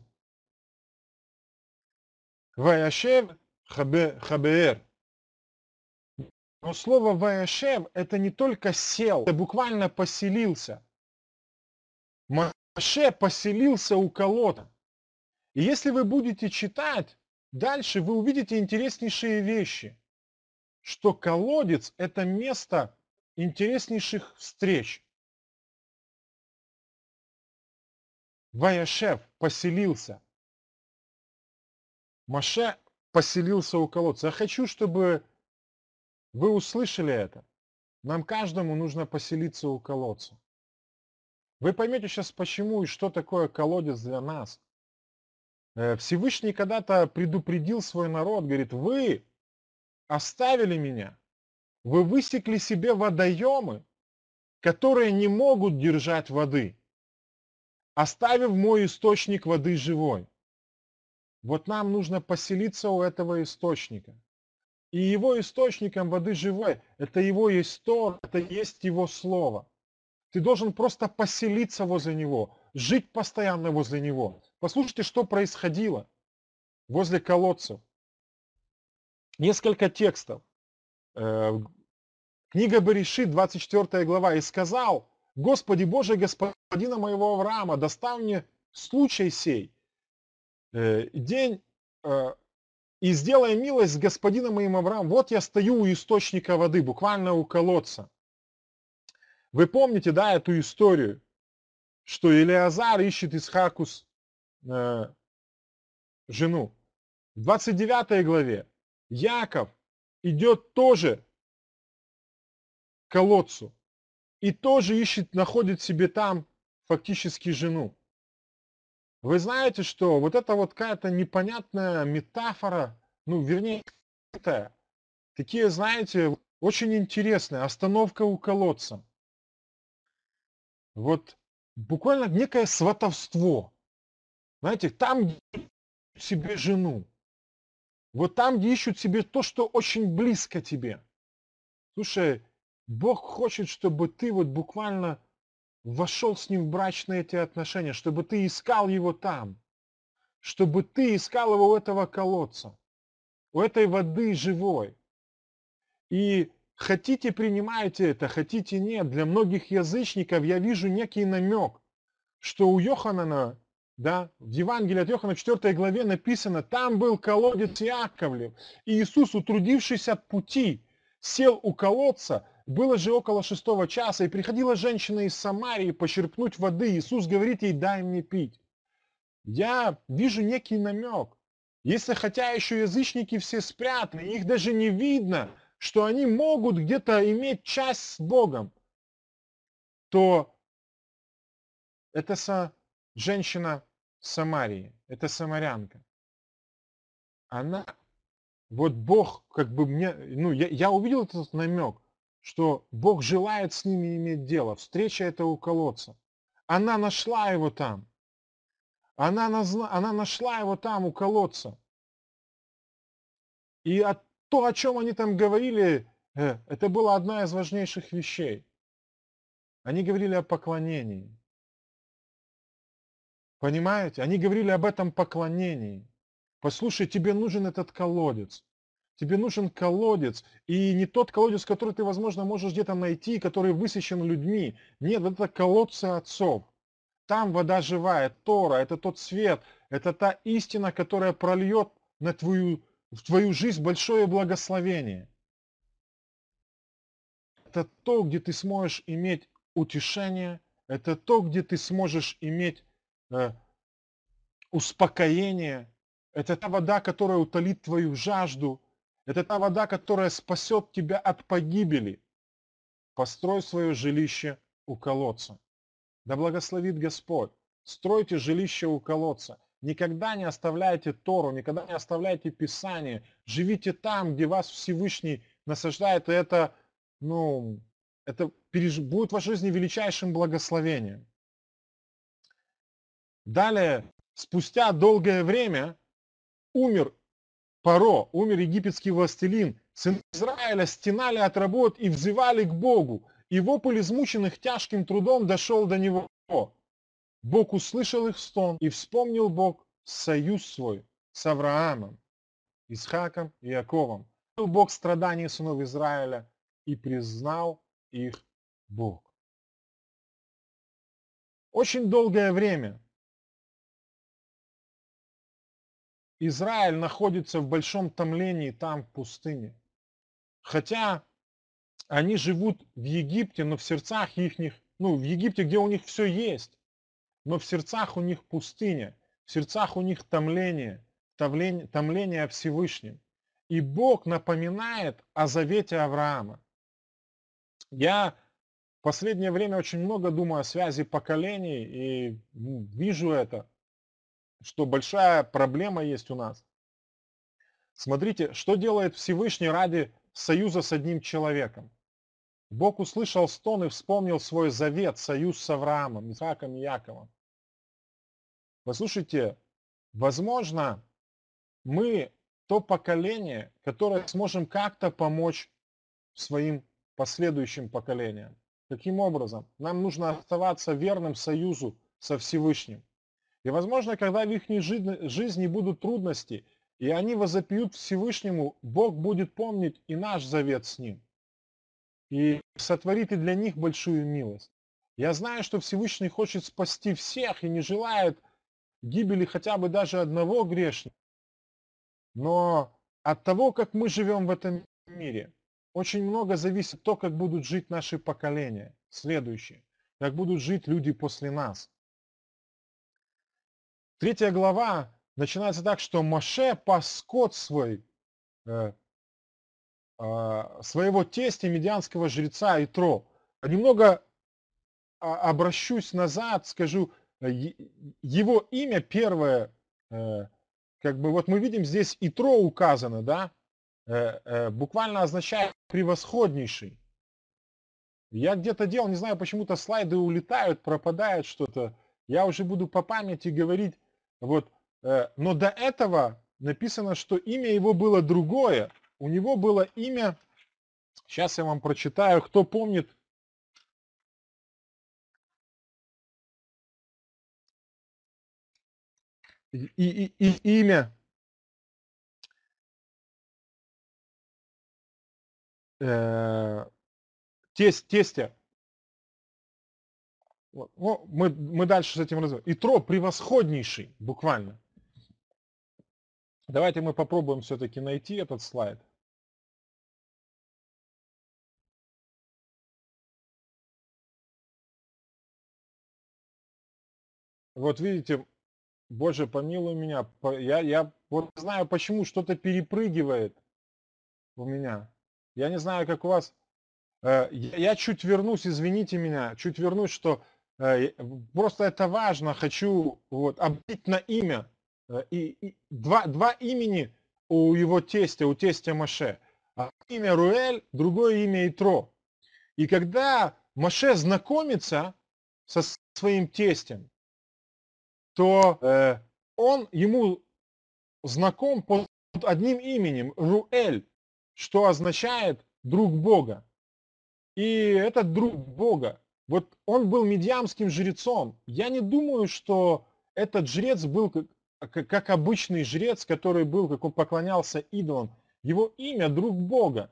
Ваяшев хабе, хабеэр. Но слово ваяшев это не только сел, это буквально поселился. Моше поселился у колодца. И если вы будете читать дальше, вы увидите интереснейшие вещи, что колодец – это место интереснейших встреч. Ваяшев поселился. Моше поселился у колодца. Я хочу, чтобы вы услышали это. Нам каждому нужно поселиться у колодца. Вы поймете сейчас, почему и что такое колодец для нас. Всевышний когда-то предупредил свой народ, говорит, вы оставили меня, вы высекли себе водоемы, которые не могут держать воды, оставив мой источник воды живой. Вот нам нужно поселиться у этого источника. И его источником воды живой, это его есть Тора, это есть его слово. Ты должен просто поселиться возле него, жить постоянно возле него. Послушайте, что происходило возле колодцев. Несколько текстов. Книга Берешит, двадцать четвёртая глава. «И сказал, Господи Боже, господина моего Авраама, доставь мне случай сей, день, и сделай милость с господином моим Авраамом. Вот я стою у источника воды, буквально у колодца». Вы помните, да, эту историю, что Елеазар ищет Исхаку э, жену. В двадцать девятой главе Яков идет тоже к колодцу и тоже ищет, находит себе там фактически жену. Вы знаете, что вот это вот какая-то непонятная метафора, ну, вернее, это такие, знаете, очень интересные, остановка у колодца. Вот буквально некое сватовство. Знаете, там себе жену. Вот там, где ищут себе то, что очень близко тебе. Слушай, Бог хочет, чтобы ты вот буквально вошел с ним в брачные эти отношения, чтобы ты искал его там, чтобы ты искал его у этого колодца, у этой воды живой. И хотите принимайте это, хотите нет, для многих язычников я вижу некий намек, что у Йоханана, да, в Евангелии от Йохана в четвёртой главе написано, там был колодец Иаковлев, и Иисус, утрудившись от пути, сел у колодца, было же около шестого часа, и приходила женщина из Самарии почерпнуть воды, Иисус говорит ей, дай мне пить. Я вижу некий намек, если хотя еще язычники все спрятаны, их даже не видно, что они могут где-то иметь часть с Богом, то это со женщина Самарии, это самарянка. Она, вот Бог, как бы мне, ну, я, я увидел этот намек, что Бог желает с ними иметь дело. Встреча это у колодца. Она нашла его там. Она, назна, она нашла его там у колодца. И от, то, о чем они там говорили, э, это была одна из важнейших вещей. Они говорили о поклонении. Понимаете? Они говорили об этом поклонении. Послушай, тебе нужен этот колодец. Тебе нужен колодец. И не тот колодец, который ты, возможно, можешь где-то найти, который высечен людьми. Нет, это колодцы отцов. Там вода живая, Тора, это тот свет, это та истина, которая прольет на твою, в твою жизнь большое благословение. Это то, где ты сможешь иметь утешение, это то, где ты сможешь иметь э, успокоение. Это та вода, которая утолит твою жажду. Это та вода, которая спасет тебя от погибели. Построй свое жилище у колодца. Да благословит Господь. Стройте жилище у колодца. Никогда не оставляйте Тору, никогда не оставляйте Писание. Живите там, где вас Всевышний насаждает. И это, ну, это будет в вашей жизни величайшим благословением. Далее, спустя долгое время, умер Паро, умер египетский властелин, Сыны Израиля стенали от работ и взывали к Богу, и вопль измученных тяжким трудом дошел до него. Бог услышал их стон, и вспомнил Бог союз свой с Авраамом, Исхаком и Иаковом. Бог страданий сынов Израиля, и признал их Бог. Очень долгое время Израиль находится в большом томлении там, в пустыне. Хотя они живут в Египте, но в сердцах их, ну, в Египте, где у них все есть, но в сердцах у них пустыня, в сердцах у них томление, томление, томление о Всевышнем. И Бог напоминает о завете Авраама. Я в последнее время очень много думаю о связи поколений и вижу это, что большая проблема есть у нас. Смотрите, что делает Всевышний ради союза с одним человеком. Бог услышал стон и вспомнил свой завет, союз с Авраамом, Исааком и Яковом. Послушайте, возможно, мы то поколение, которое сможем как-то помочь своим последующим поколениям. Каким образом? Нам нужно оставаться верным союзу со Всевышним. И, возможно, когда в их жизни будут трудности, и они возопьют Всевышнему, Бог будет помнить и наш завет с Ним. И сотворит и для них большую милость. Я знаю, что Всевышний хочет спасти всех и не желает гибели хотя бы даже одного грешника. Но от того, как мы живем в этом мире, очень много зависит то, как будут жить наши поколения, следующие, как будут жить люди после нас. Третья глава начинается так, что Моше пас скот свой, э, э, своего тестя, медианского жреца Итро. Немного а, обращусь назад, скажу, его имя первое, э, как бы вот мы видим здесь Итро указано, да, э, э, буквально означает превосходнейший. Я где-то делал, не знаю, почему-то слайды улетают, пропадает что-то. Я уже буду по памяти говорить, вот, э, но до этого написано, что имя его было другое. У него было имя, сейчас я вам прочитаю, кто помнит, и, и, и имя э, тесть, тестя. Вот. Ну, мы, мы дальше с этим разберемся. Итро превосходнейший, буквально. Давайте мы попробуем все-таки найти этот слайд. Вот видите, Боже, помилуй меня. Я, я вот знаю, почему что-то перепрыгивает у меня. Я не знаю, как у вас. Э, Я, я чуть вернусь, извините меня, чуть вернусь, что э, просто это важно. Хочу вот обратить на имя. Э, И, и два, два имени у его тестя, у тестя Моше. А имя Руэль, другое имя Итро. И когда Моше знакомится со своим тестем, то э, он ему знаком под одним именем Руэль, что означает друг Бога. И этот друг Бога, вот он был медиамским жрецом. Я не думаю, что этот жрец был как, как обычный жрец, который был, как он поклонялся идолам. Его имя друг Бога.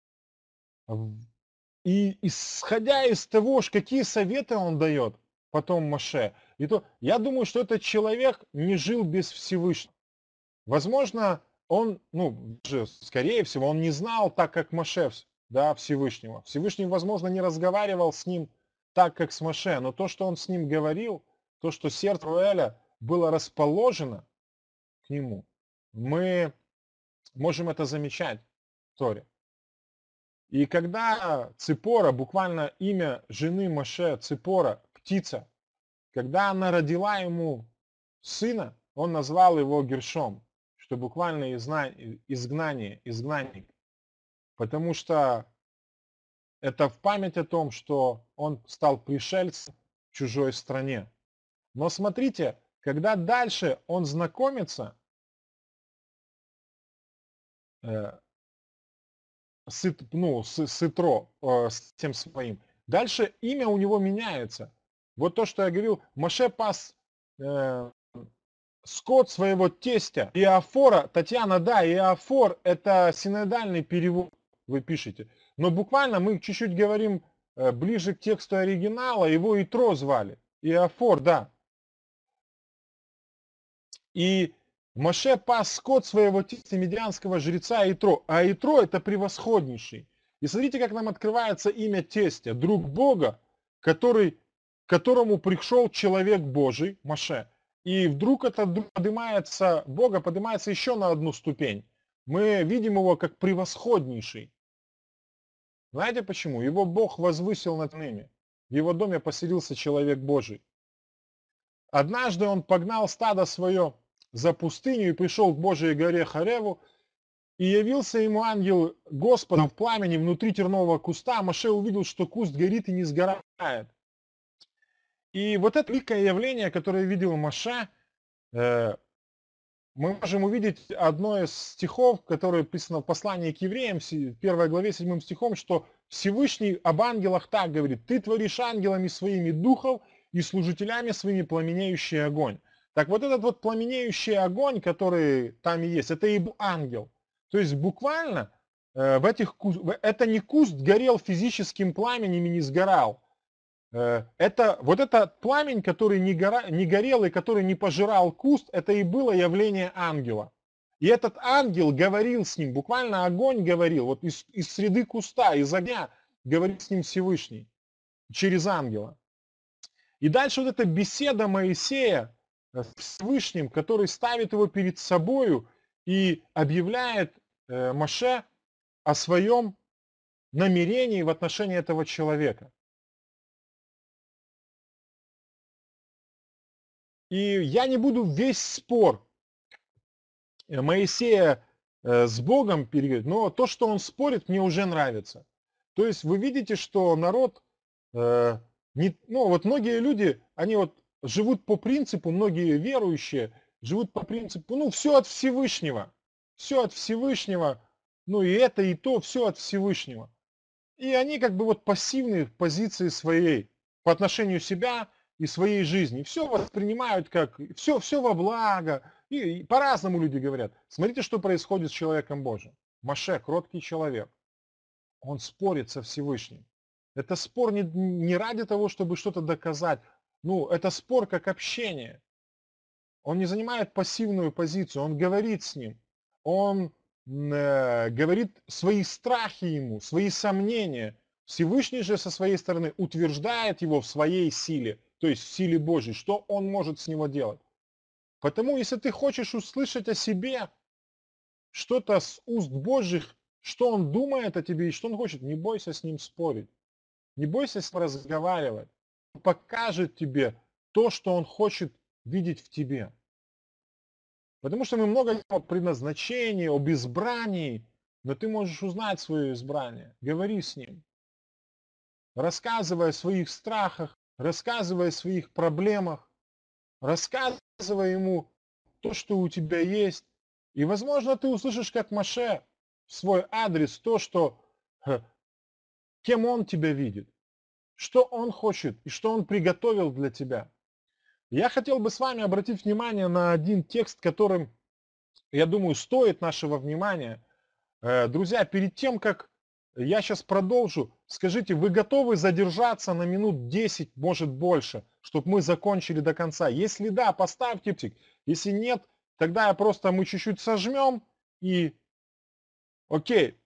И исходя из того, какие советы он дает потом Моше, и то, я думаю, что этот человек не жил без Всевышнего. Возможно, он, ну, же, скорее всего, он не знал так, как Моше, да, Всевышнего. Всевышний, возможно, не разговаривал с ним так, как с Моше, но то, что он с ним говорил, то, что сердце Руэля было расположено к нему, мы можем это замечать в Торе. И когда Ципора, буквально имя жены Моше, Ципора, птица, когда она родила ему сына, он назвал его Гершом, что буквально изгнание, изгнанник. Потому что это в память о том, что он стал пришельцем в чужой стране. Но смотрите, когда дальше он знакомится, э, сыт, ну, с, сытро э, с тем своим. Дальше имя у него меняется. Вот то, что я говорил, Моше пас э, скот своего тестя. Иофора, Татьяна, да, Иофор это синодальный перевод, вы пишете. Но буквально мы чуть-чуть говорим э, ближе к тексту оригинала, его Итро звали. Иофор, да. И Моше пас скот своего тестя медианского жреца Итро. А Итро это превосходнейший. И смотрите, как нам открывается имя тестя. Друг Бога, который, к которому пришел человек Божий, Моше. И вдруг это поднимается, Бога поднимается еще на одну ступень. Мы видим его как превосходнейший. Знаете почему? Его Бог возвысил над ними. В его доме поселился человек Божий. Однажды он погнал стадо свое за пустыню и пришел к Божией горе Хореву, и явился ему ангел Господа в пламени внутри тернового куста. Моше увидел, что куст горит и не сгорает. И вот это великое явление, которое видел Моше, э, мы можем увидеть одно из стихов, которое написано в послании к евреям, в первой главе, седьмым стихом, что Всевышний об ангелах так говорит: «Ты творишь ангелами своими духов и служителями своими пламенеющий огонь». Так вот этот вот пламенеющий огонь, который там и есть, это и был ангел. То есть буквально э, в этих, это не куст горел физическим пламенем и не сгорал. Э, это, вот этот пламень, который не, гора, не горел и который не пожирал куст, это и было явление ангела. И этот ангел говорил с ним, буквально огонь говорил, вот из, из среды куста, из огня говорил с ним Всевышний, через ангела. И дальше вот эта беседа Моисея с Всевышним, который ставит его перед собою и объявляет э, Моше о своем намерении в отношении этого человека. И я не буду весь спор Моисея э, с Богом переговорить, но то, что он спорит, мне уже нравится. То есть вы видите, что народ, э, не, ну вот многие люди, они вот живут по принципу, многие верующие живут по принципу, ну все от Всевышнего, все от Всевышнего, ну и это, и то, все от Всевышнего. И они как бы вот пассивны в позиции своей по отношению себя и своей жизни. Все воспринимают как все, все во благо. И, и по-разному люди говорят. Смотрите, что происходит с человеком Божьим. Моше, кроткий человек, он спорит со Всевышним. Это спор не, не ради того, чтобы что-то доказать. Ну, это спор как общение. Он не занимает пассивную позицию, он говорит с ним. Он э, говорит свои страхи ему, свои сомнения. Всевышний же со своей стороны утверждает его в своей силе, то есть в силе Божьей, что он может с него делать. Потому если ты хочешь услышать о себе что-то с уст Божьих, что он думает о тебе и что он хочет, не бойся с ним спорить, не бойся с ним разговаривать. Он покажет тебе то, что он хочет видеть в тебе. Потому что мы много говорим о предназначении, об избрании, но ты можешь узнать свое избрание. Говори с ним. Рассказывай о своих страхах, рассказывай о своих проблемах, рассказывай ему то, что у тебя есть. И, возможно, ты услышишь, как Моше, в свой адрес то, что э, кем он тебя видит, что он хочет и что он приготовил для тебя. Я хотел бы с вами обратить внимание на один текст, которым, я думаю, стоит нашего внимания. Э, Друзья, перед тем, как я сейчас продолжу, скажите, вы готовы задержаться на минут десять, может больше, чтобы мы закончили до конца? Если да, поставьте тик. Если нет, тогда я просто мы чуть-чуть сожмем и окей.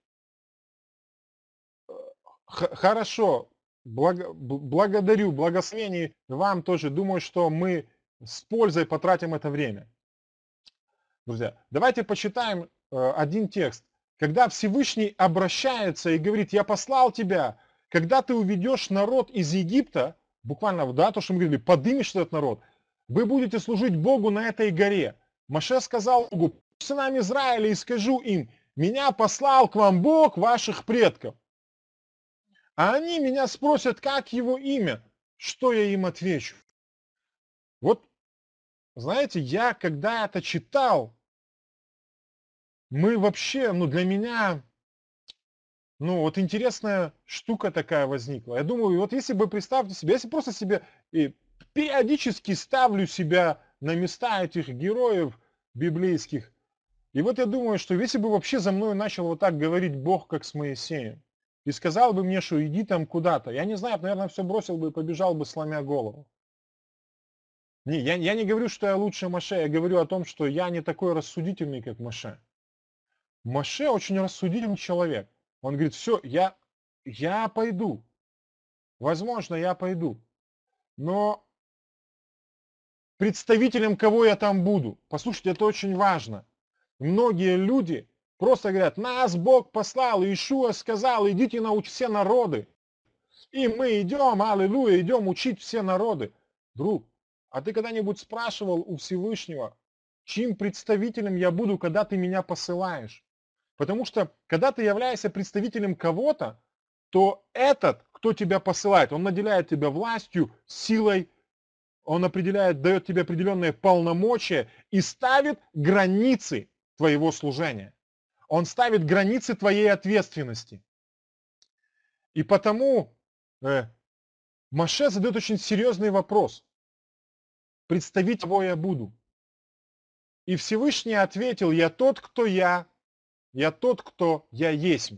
Х- Хорошо. Благо- б- благодарю, благословений вам тоже. Думаю, что мы с пользой потратим это время. Друзья, давайте почитаем э, один текст. Когда Всевышний обращается и говорит: я послал тебя, когда ты уведешь народ из Египта, буквально, да, то, что мы говорили, подымешь этот народ, вы будете служить Богу на этой горе. Моше сказал Богу: сынам Израиля, и скажу им: меня послал к вам Бог ваших предков. А они меня спросят, как его имя, что я им отвечу. Вот, знаете, я когда это читал, мы вообще, ну для меня Ну, вот интересная штука такая возникла. Я думаю, вот если бы, представьте себе, если просто себе и периодически ставлю себя на места этих героев библейских, и вот я думаю, что если бы вообще за мной начал вот так говорить Бог, как с Моисеем, и сказал бы мне, что иди там куда-то, я не знаю, наверное, все бросил бы и побежал бы, сломя голову. Не, я, я не говорю, что я лучше Моше, я говорю о том, что я не такой рассудительный, как Моше. Моше очень рассудительный человек. Он говорит, все, я, я пойду. Возможно, я пойду. Но представителем кого я там буду? Послушайте, это очень важно. Многие люди просто говорят, нас Бог послал, Иешуа сказал, идите научить все народы. И мы идем, аллилуйя, идем учить все народы. Друг, а ты когда-нибудь спрашивал у Всевышнего, чьим представителем я буду, когда ты меня посылаешь? Потому что, когда ты являешься представителем кого-то, то этот, кто тебя посылает, он наделяет тебя властью, силой, он определяет, дает тебе определенные полномочия и ставит границы твоего служения. Он ставит границы твоей ответственности. И потому э, Моше задает очень серьезный вопрос. Представить кого я буду? И Всевышний ответил, я тот, кто я, я тот, кто я есть.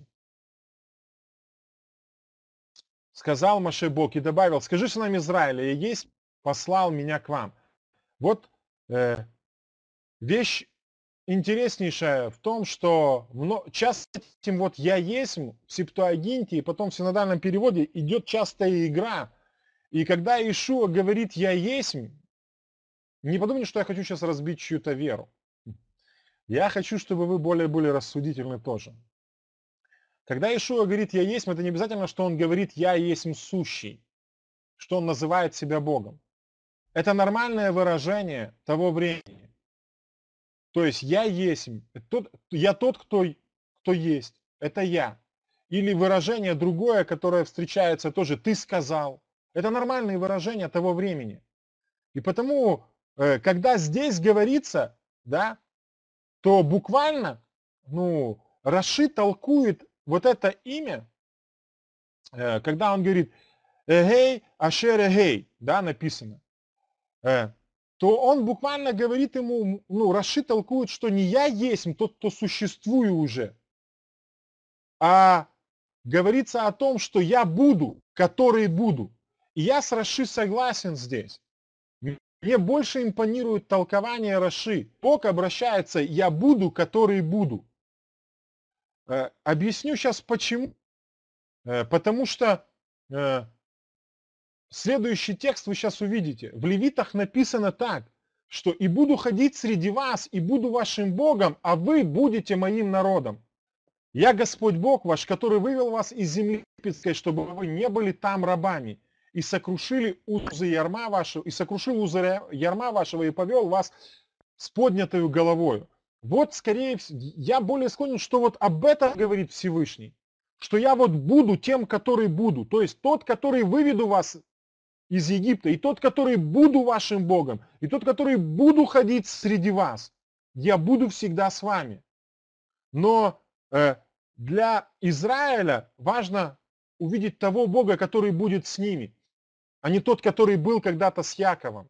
Сказал Моше Бог и добавил, скажи сынам Израиля, я есть, послал меня к вам. Вот э, вещь интереснейшая в том, что часто этим вот «я есть» в Септуагинте и потом в синодальном переводе идет частая игра. И когда Иешуа говорит «я есть», не подумайте, что я хочу сейчас разбить чью-то веру. Я хочу, чтобы вы более были рассудительны тоже. Когда Иешуа говорит «я есть», это не обязательно, что он говорит «я есть сущий», что он называет себя Богом. Это нормальное выражение того времени. То есть я есть, тот, я тот, кто, кто есть, это я. Или выражение другое, которое встречается тоже, ты сказал. Это нормальные выражения того времени. И потому, когда здесь говорится, да, то буквально, ну, Раши толкует вот это имя, когда он говорит «эгей ашер эгей», да, написано, то он буквально говорит ему, ну, Раши толкует, что не я есть тот, кто существую уже, а говорится о том, что я буду, который буду. И я с Раши согласен здесь. Мне больше импонирует толкование Раши. Бог обращается «я буду, который буду». Э, объясню сейчас почему. Э, потому что э, следующий текст вы сейчас увидите. В Левитах написано так, что «и буду ходить среди вас, и буду вашим Богом, а вы будете моим народом. Я Господь Бог ваш, который вывел вас из земли египетской, чтобы вы не были там рабами, и сокрушили узы ярма вашего, и сокрушил узы ярма вашего, и повел вас с поднятой головою». Вот, скорее всего, я более склонен, что вот об этом говорит Всевышний, что я вот буду тем, который буду, то есть тот, который выведу вас из Египта, и тот, который буду вашим Богом, и тот, который буду ходить среди вас. Я буду всегда с вами. Но э, для Израиля важно увидеть того Бога, который будет с ними, а не тот, который был когда-то с Яковом.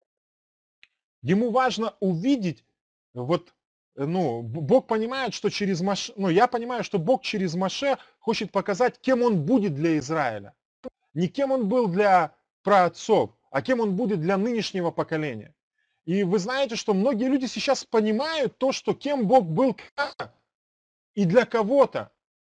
Ему важно увидеть, вот, ну, Бог понимает, что через Моше, ну, я понимаю, что Бог через Моше хочет показать, кем он будет для Израиля. Не кем он был для праотцов, а кем он будет для нынешнего поколения. И вы знаете, что многие люди сейчас понимают то, что кем Бог был и для кого-то,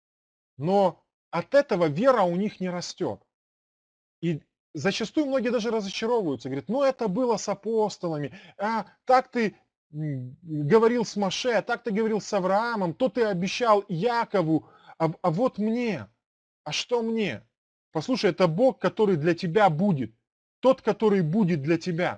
но от этого вера у них не растет. И зачастую многие даже разочаровываются, говорят, ну это было с апостолами, а так ты говорил с Моше, так ты говорил с Авраамом, то ты обещал Якову, а, а вот мне, а что мне? Послушай, это Бог, который для тебя будет, тот, который будет для тебя.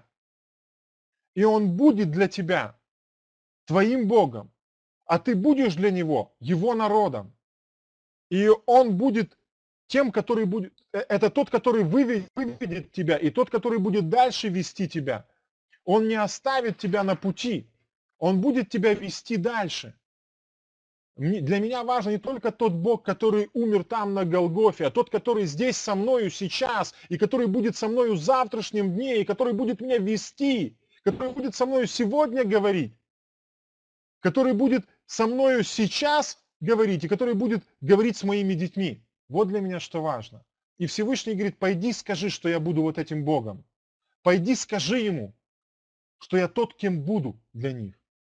И Он будет для тебя твоим Богом, а ты будешь для Него Его народом. И Он будет тем, который будет, это тот, который выведет, выведет тебя, и тот, который будет дальше вести тебя. Он не оставит тебя на пути, Он будет тебя вести дальше. Для меня важен не только тот Бог, который умер там на Голгофе, а тот, который здесь со мною сейчас, и который будет со мною в завтрашнем дне, и который будет меня вести, который будет со мною сегодня говорить, который будет со мною сейчас говорить, и который будет говорить с моими детьми. Вот для меня что важно. И Всевышний говорит, пойди скажи, что я буду вот этим Богом. Пойди скажи ему, что я тот, кем буду для них.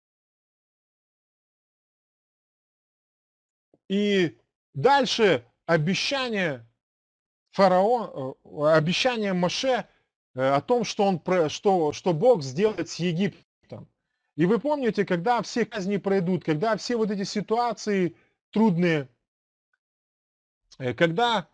И дальше обещание фараон, обещание Моше о том, что, он, что, что Бог сделает с Египтом. И вы помните, когда все казни пройдут, когда все вот эти ситуации трудные, когда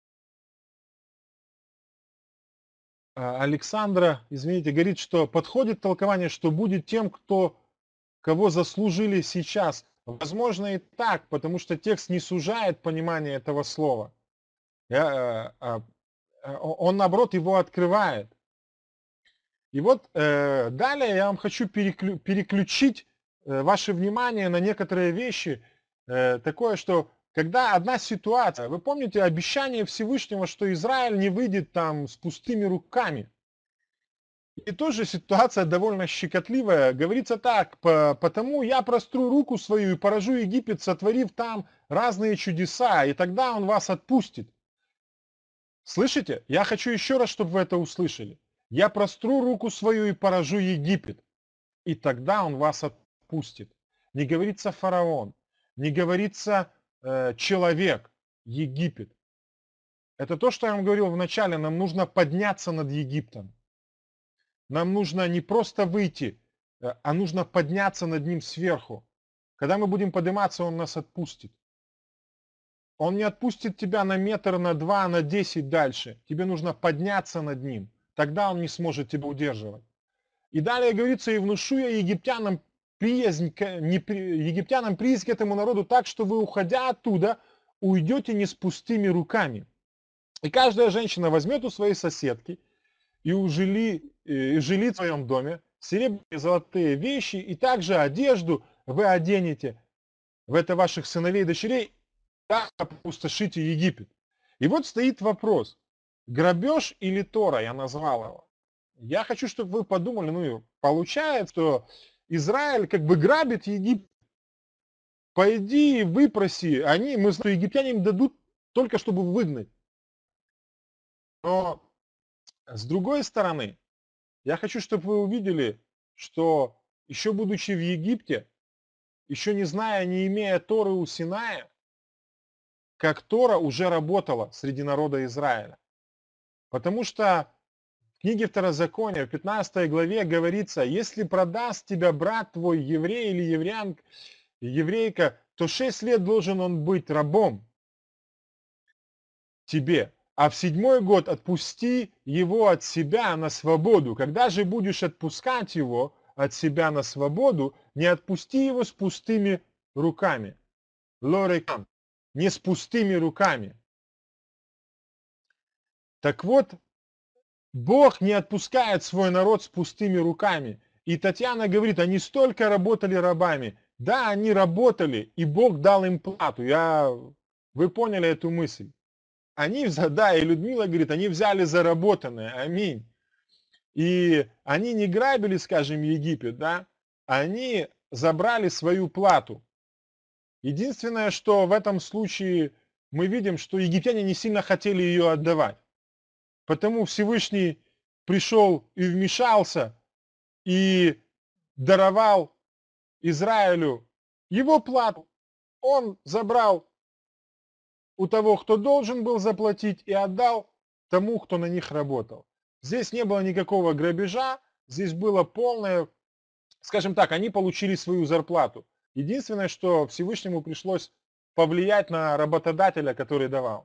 Александра, извините, говорит, что подходит толкование, что будет тем, кто, кого заслужили сейчас. Возможно и так, потому что текст не сужает понимание этого слова. Он, наоборот, его открывает. И вот э, далее я вам хочу переклю, переключить э, ваше внимание на некоторые вещи. Э, такое, что когда одна ситуация, вы помните обещание Всевышнего, что Израиль не выйдет там с пустыми руками. И тоже ситуация довольно щекотливая. Говорится так, по, потому я простру руку свою и поражу Египет, сотворив там разные чудеса, и тогда он вас отпустит. Слышите? Я хочу еще раз, чтобы вы это услышали. Я простру руку свою и поражу Египет, и тогда он вас отпустит. Не говорится фараон, не говорится э, человек, Египет. Это то, что я вам говорил в начале, нам нужно подняться над Египтом. Нам нужно не просто выйти, а нужно подняться над ним сверху. Когда мы будем подниматься, он нас отпустит. Он не отпустит тебя на метр, на два, на десять дальше. Тебе нужно подняться над ним. Тогда он не сможет тебя удерживать. И далее говорится, и внушу я египтянам приязнь, не, египтянам приязнь к этому народу так, что вы, уходя оттуда, уйдете не с пустыми руками. И каждая женщина возьмет у своей соседки и, ужили, и жили в своем доме серебряные и золотые вещи, и также одежду вы оденете в это ваших сыновей и дочерей, так опустошите Египет. И вот стоит вопрос, грабеж или Тора, я назвал его. Я хочу, чтобы вы подумали, ну, получается, что Израиль как бы грабит Египет. Пойди, выпроси, они, мы, что египтяне им дадут только чтобы выгнать. Но с другой стороны, я хочу, чтобы вы увидели, что еще будучи в Египте, еще не зная, не имея Торы у Синая, как Тора уже работала среди народа Израиля. Потому что в книге Второзакония, в пятнадцатой главе говорится, если продаст тебя брат твой, еврей или еврян, еврейка, то шесть лет должен он быть рабом тебе, а в седьмой год отпусти его от себя на свободу. Когда же будешь отпускать его от себя на свободу, не отпусти его с пустыми руками. Лорекан. Не с пустыми руками. Так вот, Бог не отпускает свой народ с пустыми руками. И Татьяна говорит, они столько работали рабами. Да, они работали, и Бог дал им плату. Я... Вы поняли эту мысль? Они, да, и Людмила говорит, они взяли заработанное. Аминь. И они не грабили, скажем, Египет, да, они забрали свою плату. Единственное, что в этом случае мы видим, что египтяне не сильно хотели ее отдавать. Потому Всевышний пришел и вмешался, и даровал Израилю его плату. Он забрал у того, кто должен был заплатить, и отдал тому, кто на них работал. Здесь не было никакого грабежа, здесь было полное, скажем так, они получили свою зарплату. Единственное, что Всевышнему пришлось повлиять на работодателя, который давал.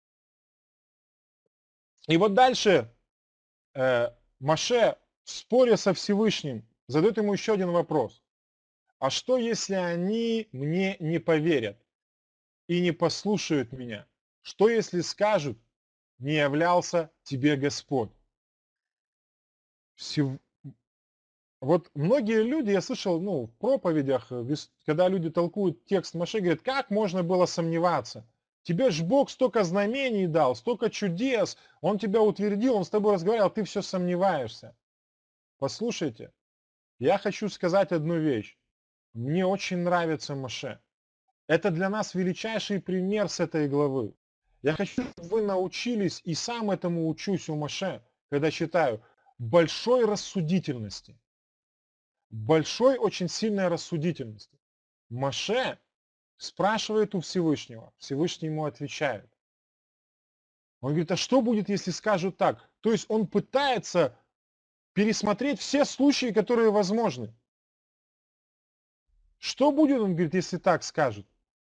И вот дальше э, Моше, споря со Всевышним, задает ему еще один вопрос. А что, если они мне не поверят и не послушают меня? Что, если скажут, не являлся тебе Господь? Вот многие люди, я слышал, ну, в проповедях, э, вис- когда люди толкуют текст Моше, говорят, как можно было сомневаться? Тебе ж Бог столько знамений дал, столько чудес, Он тебя утвердил, Он с тобой разговаривал, ты все сомневаешься. Послушайте, я хочу сказать одну вещь. Мне очень нравится Моше. Это для нас величайший пример с этой главы. Я хочу, чтобы вы научились, и сам этому учусь у Моше, когда читаю, большой рассудительности. Большой, очень сильной рассудительности. Моше спрашивает у Всевышнего, Всевышний ему отвечает. Он говорит, а что будет, если скажут так? То есть он пытается пересмотреть все случаи, которые возможны. Что будет, он говорит, если так скажут?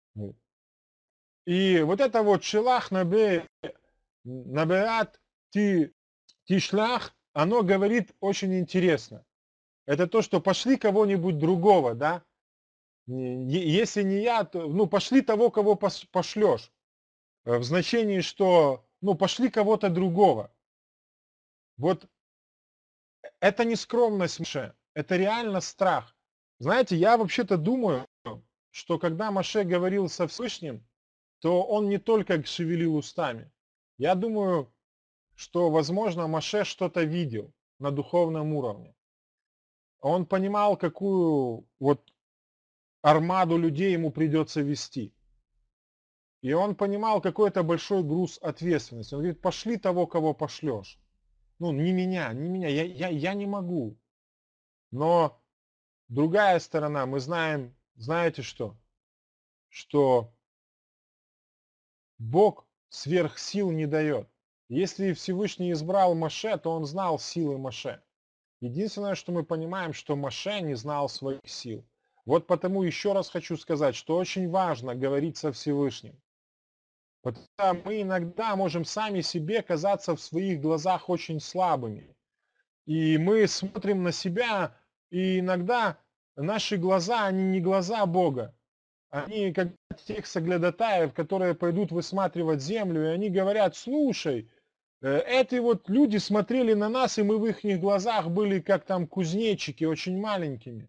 И вот это вот шелах набе, набеат ти, тишлах, оно говорит очень интересно. Это то, что пошли кого-нибудь другого, да? Не- е- Если не я, то, ну, пошли того, кого пос- пошлешь. Э, В значении, что, ну, пошли кого-то другого. Вот это не скромность Маше, это реально страх. Знаете, я вообще-то думаю, что когда Маше говорил со Всевышним, то он не только шевелил устами. Я думаю, что, возможно, Маше что-то видел на духовном уровне. Он понимал, какую вот армаду людей ему придется вести. И он понимал, какой это большой груз ответственности. Он говорит, пошли того, кого пошлешь. Ну, не меня, не меня, я, я, я не могу. Но другая сторона, мы знаем, знаете что? Что Бог сверх сил не дает. Если Всевышний избрал Моше, то он знал силы Моше. Единственное, что мы понимаем, что Моше не знал своих сил. Вот потому еще раз хочу сказать, что очень важно говорить со Всевышним. Потому что мы иногда можем сами себе казаться в своих глазах очень слабыми. И мы смотрим на себя, и иногда наши глаза, они не глаза Бога. Они как тех соглядатаев, которые пойдут высматривать землю, и они говорят, слушай, э, эти вот люди смотрели на нас, и мы в их глазах были как там кузнечики, очень маленькими.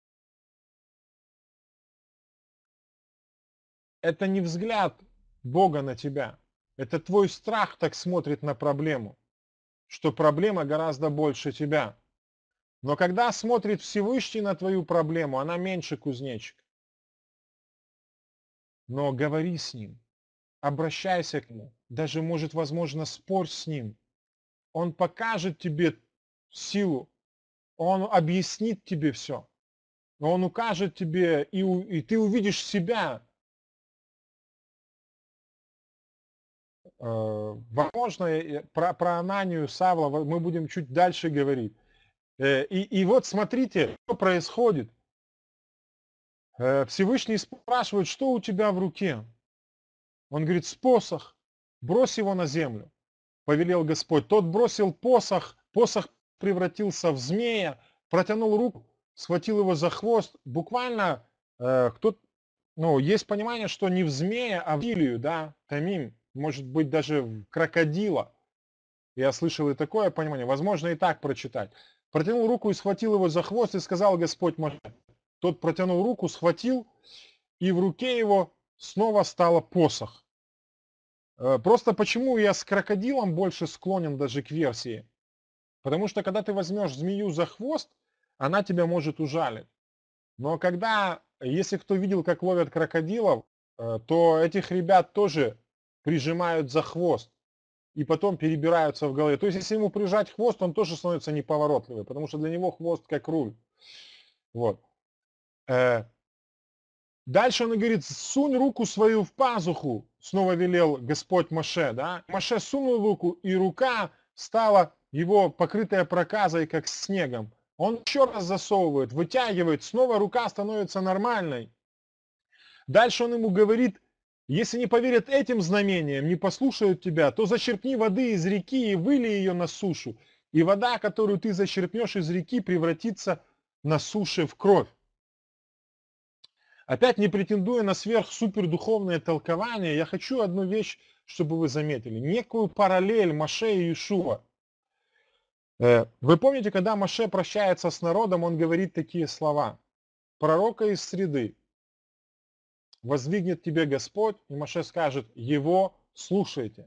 Это не взгляд Бога на тебя. Это твой страх так смотрит на проблему, что проблема гораздо больше тебя. Но когда смотрит Всевышний на твою проблему, она меньше кузнечик. Но говори с ним, обращайся к нему, даже, может, возможно, спорь с ним. Он покажет тебе силу, он объяснит тебе все. Он укажет тебе, и, у- и ты увидишь себя. Э, Возможно, э, про, про Ананию, Савла во- мы будем чуть дальше говорить. Э, И, и вот смотрите, что происходит. Э, Всевышний спрашивает, что у тебя в руке? Он говорит, с посох, брось его на землю, повелел Господь. Тот бросил посох, посох превратился в змея, протянул руку, схватил его за хвост. Буквально, э, кто, ну, есть понимание, что не в змея, а в илью, да, тамим, может быть даже в крокодила. Я слышал и такое понимание, возможно и так прочитать. Протянул руку и схватил его за хвост и сказал Господь Моше. Тот протянул руку, схватил, и в руке его снова стало посох. Э, Просто почему я с крокодилом больше склонен даже к версии? Потому что когда ты возьмешь змею за хвост, она тебя может ужалить. Но когда, если кто видел, как ловят крокодилов, э, то этих ребят тоже прижимают за хвост и потом перебираются в голове. То есть, если ему прижать хвост, он тоже становится неповоротливый, потому что для него хвост как руль. Вот. Э, Дальше он говорит, сунь руку свою в пазуху, снова велел Господь Моше, да. Моше сунул руку, и рука стала его покрытая проказой, как снегом. Он еще раз засовывает, вытягивает, снова рука становится нормальной. Дальше он ему говорит, если не поверят этим знамениям, не послушают тебя, то зачерпни воды из реки и вылей ее на сушу. И вода, которую ты зачерпнешь из реки, превратится на суше в кровь. Опять не претендуя на сверхсупердуховное толкование, я хочу одну вещь, чтобы вы заметили. Некую параллель Моше и Иешуа. Э, Вы помните, когда Моше прощается с народом, он говорит такие слова. Пророка из среды воздвигнет тебе Господь, и Моше скажет, его слушайте.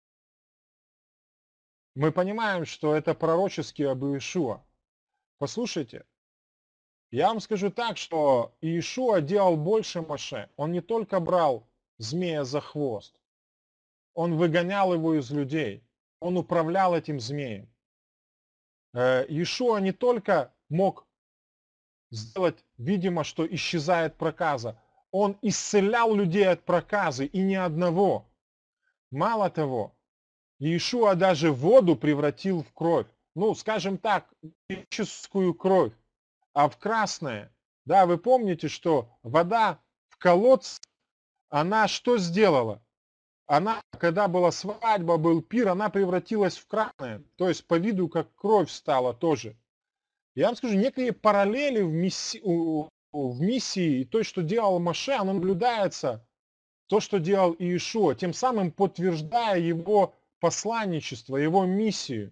Мы понимаем, что это пророчески об Иешуа. Послушайте, я вам скажу так, что Иешуа делал больше Моше. Он не только брал змея за хвост, он выгонял его из людей, он управлял этим змеем. Э, Иешуа не только мог сделать, видимо, что исчезает проказа, он исцелял людей от проказы, и ни одного. Мало того, Иешуа даже воду превратил в кровь. Ну, скажем так, человеческую кровь, а в красное. Да, вы помните, что вода в колодце, она что сделала? Она, когда была свадьба, был пир, она превратилась в красное. То есть по виду как кровь стала тоже. Я вам скажу, некие параллели в миссии, в миссии и то, что делал Моше, оно наблюдается, то, что делал Иешуа, тем самым подтверждая его посланничество, его миссию.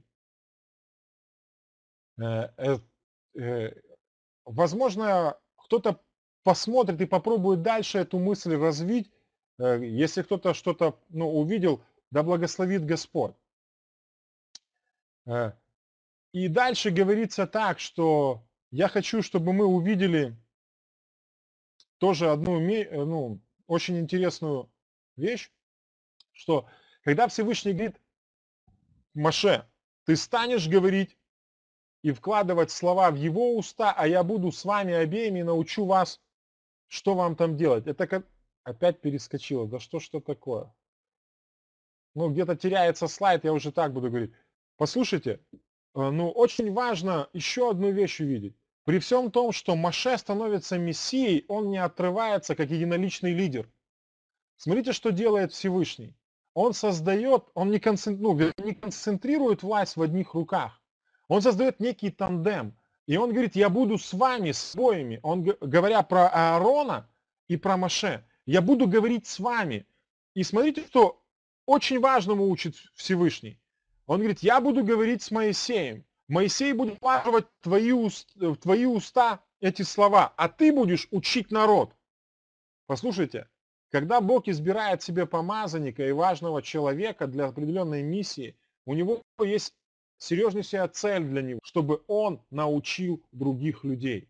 Э, э, э, Возможно, кто-то посмотрит и попробует дальше эту мысль развить. Э, Если кто-то что-то ну, увидел, да благословит Господь. Э, И дальше говорится так, что я хочу, чтобы мы увидели тоже одну э, ну, очень интересную вещь, что когда Всевышний говорит, Моше, ты станешь говорить и вкладывать слова в его уста, а я буду с вами обеими и научу вас, что вам там делать. Это как... Опять перескочило. Да что ж это такое? Ну, где-то теряется слайд, я уже так буду говорить. Послушайте, э, ну, очень важно еще одну вещь увидеть. При всем том, что Моше становится мессией, он не отрывается как единоличный лидер. Смотрите, что делает Всевышний. Он создает, он не, концентри, ну, не концентрирует власть в одних руках. Он создает некий тандем. И он говорит, я буду с вами, с обоими. Он, говоря про Аарона и про Моше, я буду говорить с вами. И смотрите, что очень важному учит Всевышний. Он говорит, я буду говорить с Моисеем. Моисей будет вкладывать в твои, уст, в твои уста эти слова, а ты будешь учить народ. Послушайте, когда Бог избирает себе помазанника и важного человека для определенной миссии, у него есть серьезнейшая цель для него, чтобы он научил других людей.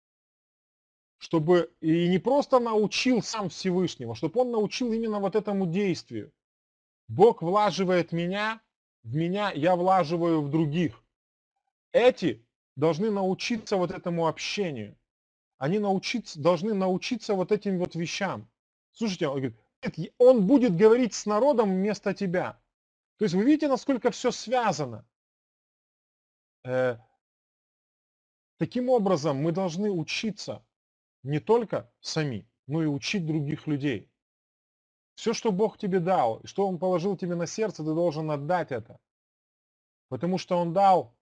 Чтобы и не просто научил сам Всевышнего, чтобы он научил именно вот этому действию. Бог влаживает меня, в меня я влаживаю в других. Эти должны научиться вот этому общению. Они научиться, должны научиться вот этим вот вещам. Слушайте, он говорит, он будет говорить с народом вместо тебя. То есть вы видите, насколько все связано. Э, таким образом, мы должны учиться не только сами, но и учить других людей. Все, что Бог тебе дал, и что Он положил тебе на сердце, ты должен отдать это. Потому что Он дал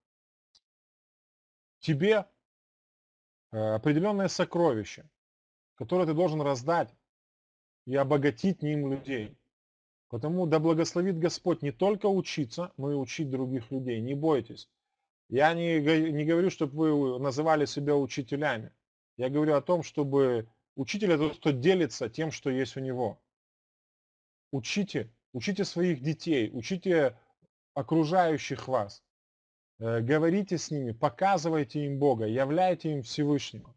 тебе э, определенное сокровище, которое ты должен раздать и обогатить ним людей. Потому да благословит Господь не только учиться, но и учить других людей. Не бойтесь. Я не, не говорю, чтобы вы называли себя учителями. Я говорю о том, чтобы учитель это тот, кто делится тем, что есть у него. Учите, учите своих детей, учите окружающих вас. Э, говорите с ними, показывайте им Бога, являйте им Всевышнего.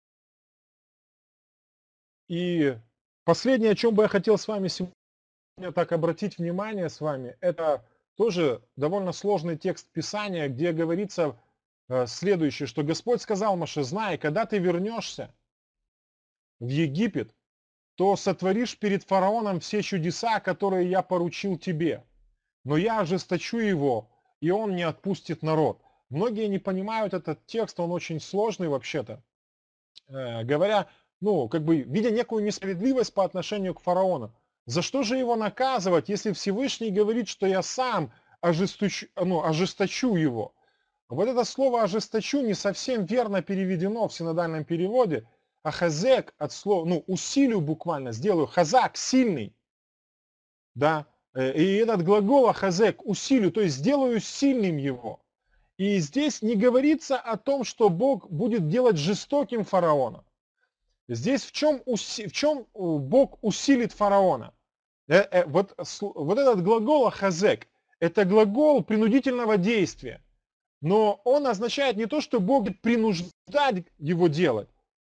И последнее, о чем бы я хотел с вами сегодня так обратить внимание с вами, это тоже довольно сложный текст Писания, где говорится э, следующее, что Господь сказал Моше, знай, когда ты вернешься в Египет, то сотворишь перед фараоном все чудеса, которые я поручил тебе. Но я ожесточу его, и он не отпустит народ. Многие не понимают этот текст, он очень сложный вообще-то. Э, говоря, ну, как бы, видя некую несправедливость по отношению к фараону. За что же его наказывать, если Всевышний говорит, что я сам ожесточу, ну, ожесточу его? Вот это слово «ожесточу» не совсем верно переведено в синодальном переводе, а «хазек» от слова, ну, усилию буквально, сделаю, «хазак» – сильный, да, и этот глагол «хазек» – усилию, то есть сделаю сильным его. И здесь не говорится о том, что Бог будет делать жестоким фараона. Здесь в чем, уси, в чем Бог усилит фараона? Э, э, вот, вот этот глагол «ахазек» – это глагол принудительного действия. Но он означает не то, что Бог будет принуждать его делать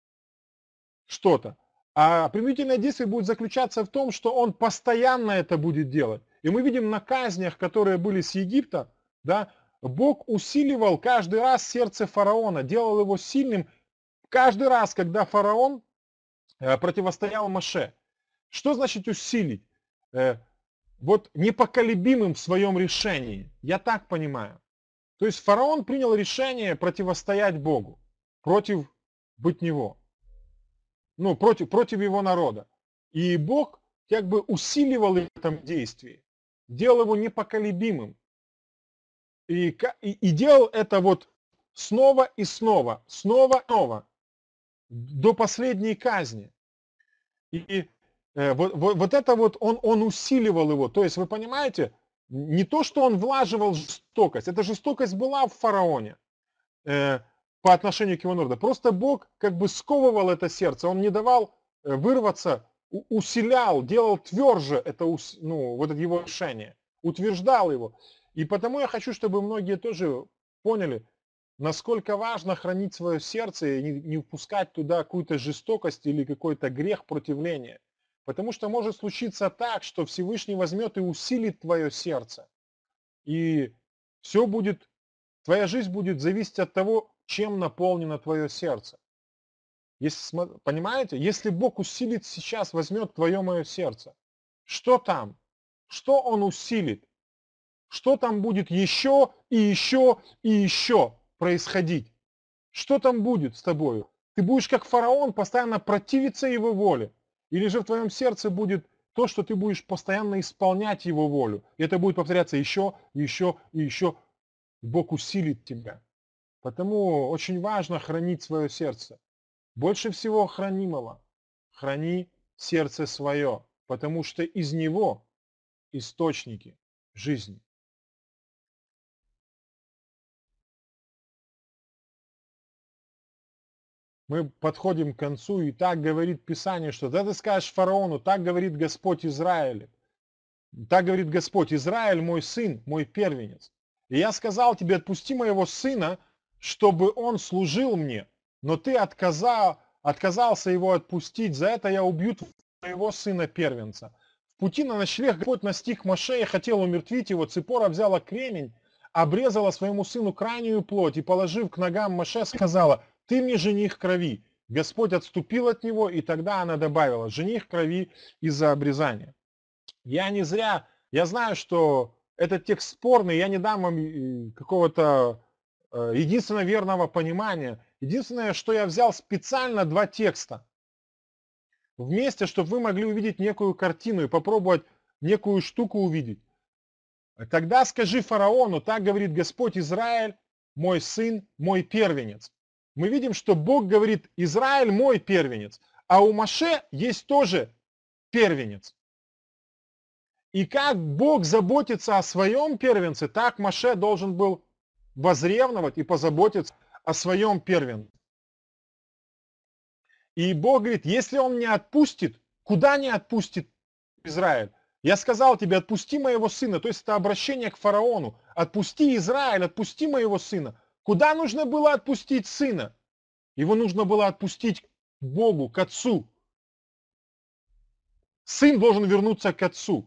что-то, а принудительное действие будет заключаться в том, что он постоянно это будет делать. И мы видим на казнях, которые были с Египта, да, Бог усиливал каждый раз сердце фараона, делал его сильным каждый раз, когда фараон э, противостоял Моше. Что значит усилить? Э, вот непоколебимым в своем решении. Я так понимаю. То есть фараон принял решение противостоять Богу, против быть него, ну, против, против его народа. И Бог как бы усиливал в этом действии, делал его непоколебимым. И, и, и делал это вот снова и снова, снова и снова, до последней казни. И э, вот, вот, вот это вот он, он усиливал его. То есть вы понимаете, не то, что он влаживал жестокость, эта жестокость была в фараоне э, по отношению к его народу. Просто Бог как бы сковывал это сердце, он не давал э, вырваться, у, усилял, делал тверже это, ну, вот это его решение, утверждал его. И потому я хочу, чтобы многие тоже поняли, насколько важно хранить свое сердце и не, не впускать туда какую-то жестокость или какой-то грех противления. Потому что может случиться так, что Всевышний возьмет и усилит твое сердце. И все будет, твоя жизнь будет зависеть от того, чем наполнено твое сердце. Если, понимаете, если Бог усилит сейчас, возьмет твое мое сердце, что там? Что Он усилит? Что там будет еще и еще и еще происходить? Что там будет с тобою? Ты будешь как фараон постоянно противиться его воле? Или же в твоем сердце будет то, что ты будешь постоянно исполнять его волю? И это будет повторяться еще, еще и еще. Бог усилит тебя. Потому очень важно хранить свое сердце. Больше всего хранимого храни сердце свое, потому что из него источники жизни. Мы подходим к концу, и так говорит Писание, что да ты скажешь фараону, так говорит Господь Израиля. Так говорит Господь, Израиль мой сын, мой первенец. И я сказал тебе, отпусти моего сына, чтобы он служил мне. Но ты отказал, отказался его отпустить, за это я убью твоего сына первенца. В пути на ночлег Господь настиг Моше и хотел умертвить его. Ципора взяла кремень, обрезала своему сыну крайнюю плоть и, положив к ногам Моше, сказала, ты мне жених крови. Господь отступил от него, и тогда она добавила, жених крови из-за обрезания. Я не зря, я знаю, что этот текст спорный, я не дам вам какого-то единственно верного понимания. Единственное, что я взял специально два текста вместе, чтобы вы могли увидеть некую картину и попробовать некую штуку увидеть. Тогда скажи фараону, так говорит Господь Израиль, мой сын, мой первенец. Мы видим, что Бог говорит, Израиль мой первенец, а у Моше есть тоже первенец. И как Бог заботится о своем первенце, так Моше должен был возревновать и позаботиться о своем первенце. И Бог говорит, если он не отпустит, куда не отпустит Израиль? Я сказал тебе, отпусти моего сына, то есть это обращение к фараону. Отпусти Израиль, отпусти моего сына. Куда нужно было отпустить сына? Его нужно было отпустить к Богу, к отцу. Сын должен вернуться к отцу.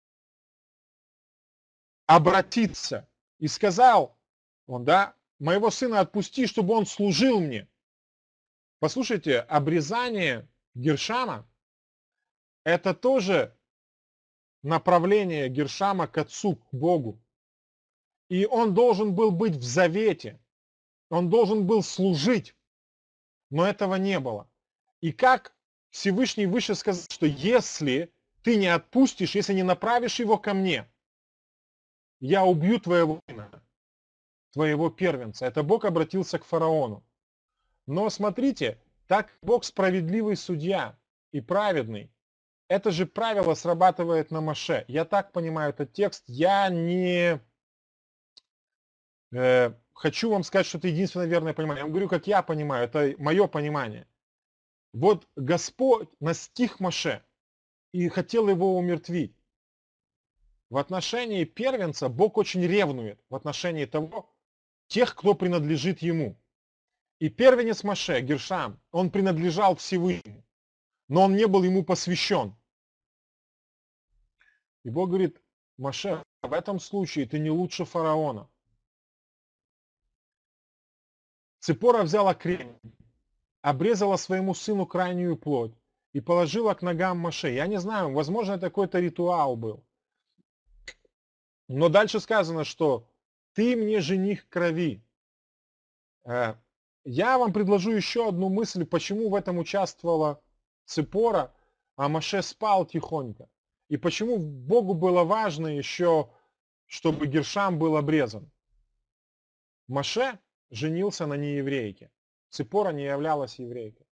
Обратиться. И сказал он, да, моего сына отпусти, чтобы он служил мне. Послушайте, обрезание Гершама – это тоже направление Гершама к отцу, к Богу. И он должен был быть в завете, он должен был служить, но этого не было. И как Всевышний выше сказал, что если ты не отпустишь, если не направишь его ко мне, я убью твоего сына, твоего первенца. Это Бог обратился к фараону. Но смотрите, так Бог справедливый судья и праведный. Это же правило срабатывает на Моше. Я так понимаю этот текст. Я не, э, хочу вам сказать, что это единственное верное понимание. Я вам говорю, как я понимаю, это мое понимание. Вот Господь настиг Моше и хотел его умертвить. В отношении первенца Бог очень ревнует в отношении того, тех, кто принадлежит ему. И первенец Моше, Гершам, он принадлежал Всевышнему, но он не был ему посвящен. И Бог говорит: Моше, в этом случае ты не лучше фараона. Ципора взяла кремень, обрезала своему сыну крайнюю плоть и положила к ногам Моше. Я не знаю, возможно, это какой-то ритуал был. Но дальше сказано, что ты мне жених крови. Я вам предложу еще одну мысль, почему в этом участвовала Ципора, а Моше спал тихонько. И почему Богу было важно еще, чтобы Гершам был обрезан. Моше женился на нееврейке. Ципора не являлась еврейкой.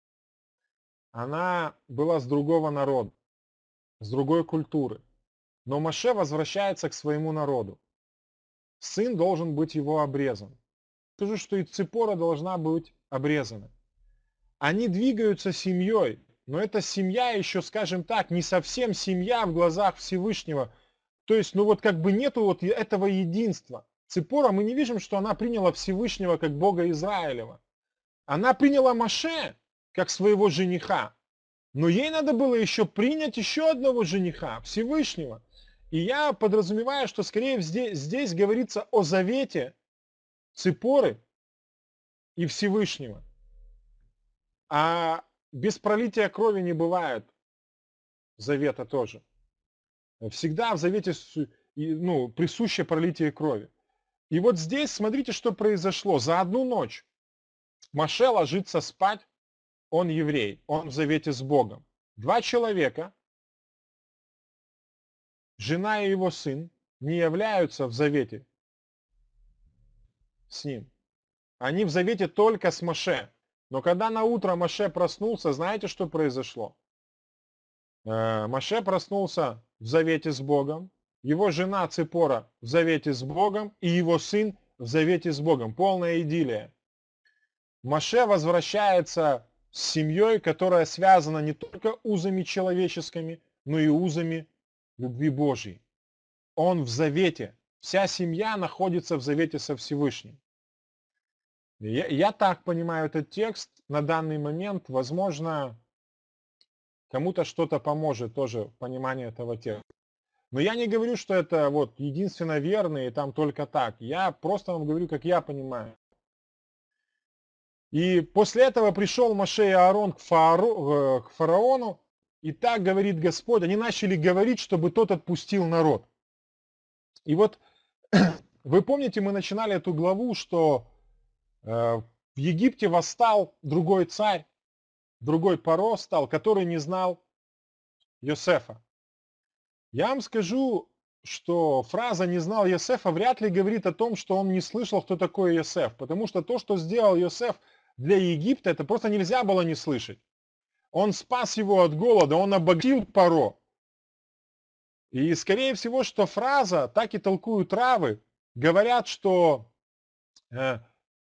Она была с другого народа, с другой культуры. Но Моше возвращается к своему народу. Сын должен быть его обрезан. Скажу, что и Ципора должна быть обрезана. Они двигаются семьей, но эта семья еще, скажем так, не совсем семья в глазах Всевышнего. То есть, ну вот как бы нету вот этого единства. Ципора, мы не видим, что она приняла Всевышнего как Бога Израилева. Она приняла Моше как своего жениха. Но ей надо было еще принять еще одного жениха, Всевышнего. И я подразумеваю, что скорее здесь, здесь говорится о завете Ципоры и Всевышнего. А без пролития крови не бывает завета тоже. Всегда в завете ну, присуще пролитие крови. И вот здесь смотрите, что произошло. За одну ночь Моше ложится спать, он еврей, он в завете с Богом. Два человека, жена и его сын, не являются в завете с ним. Они в завете только с Моше. Но когда на утро Моше проснулся, знаете, что произошло? Моше проснулся в завете с Богом, его жена Ципора в завете с Богом и его сын в завете с Богом. Полная идиллия. Моше возвращается с семьей, которая связана не только узами человеческими, но и узами любви Божьей. Он в завете. Вся семья находится в завете со Всевышним. Я, я так понимаю этот текст на данный момент. Возможно, кому-то что-то поможет тоже в понимании этого текста. Но я не говорю, что это вот единственно верно и там только так. Я просто вам говорю, как я понимаю. И после этого пришел Моше и Аарон к, фаро, к фараону, и так говорит Господь. Они начали говорить, чтобы тот отпустил народ. И вот вы помните, мы начинали эту главу, что э, в Египте восстал другой царь, другой Паро стал, который не знал Йосефа. Я вам скажу, что фраза «не знал Йосефа» вряд ли говорит о том, что он не слышал, кто такой Йосеф. Потому что то, что сделал Йосеф для Египта, это просто нельзя было не слышать. Он спас его от голода, он обогатил Паро. И скорее всего, что фраза, так и толкуют раввы, говорят, что э,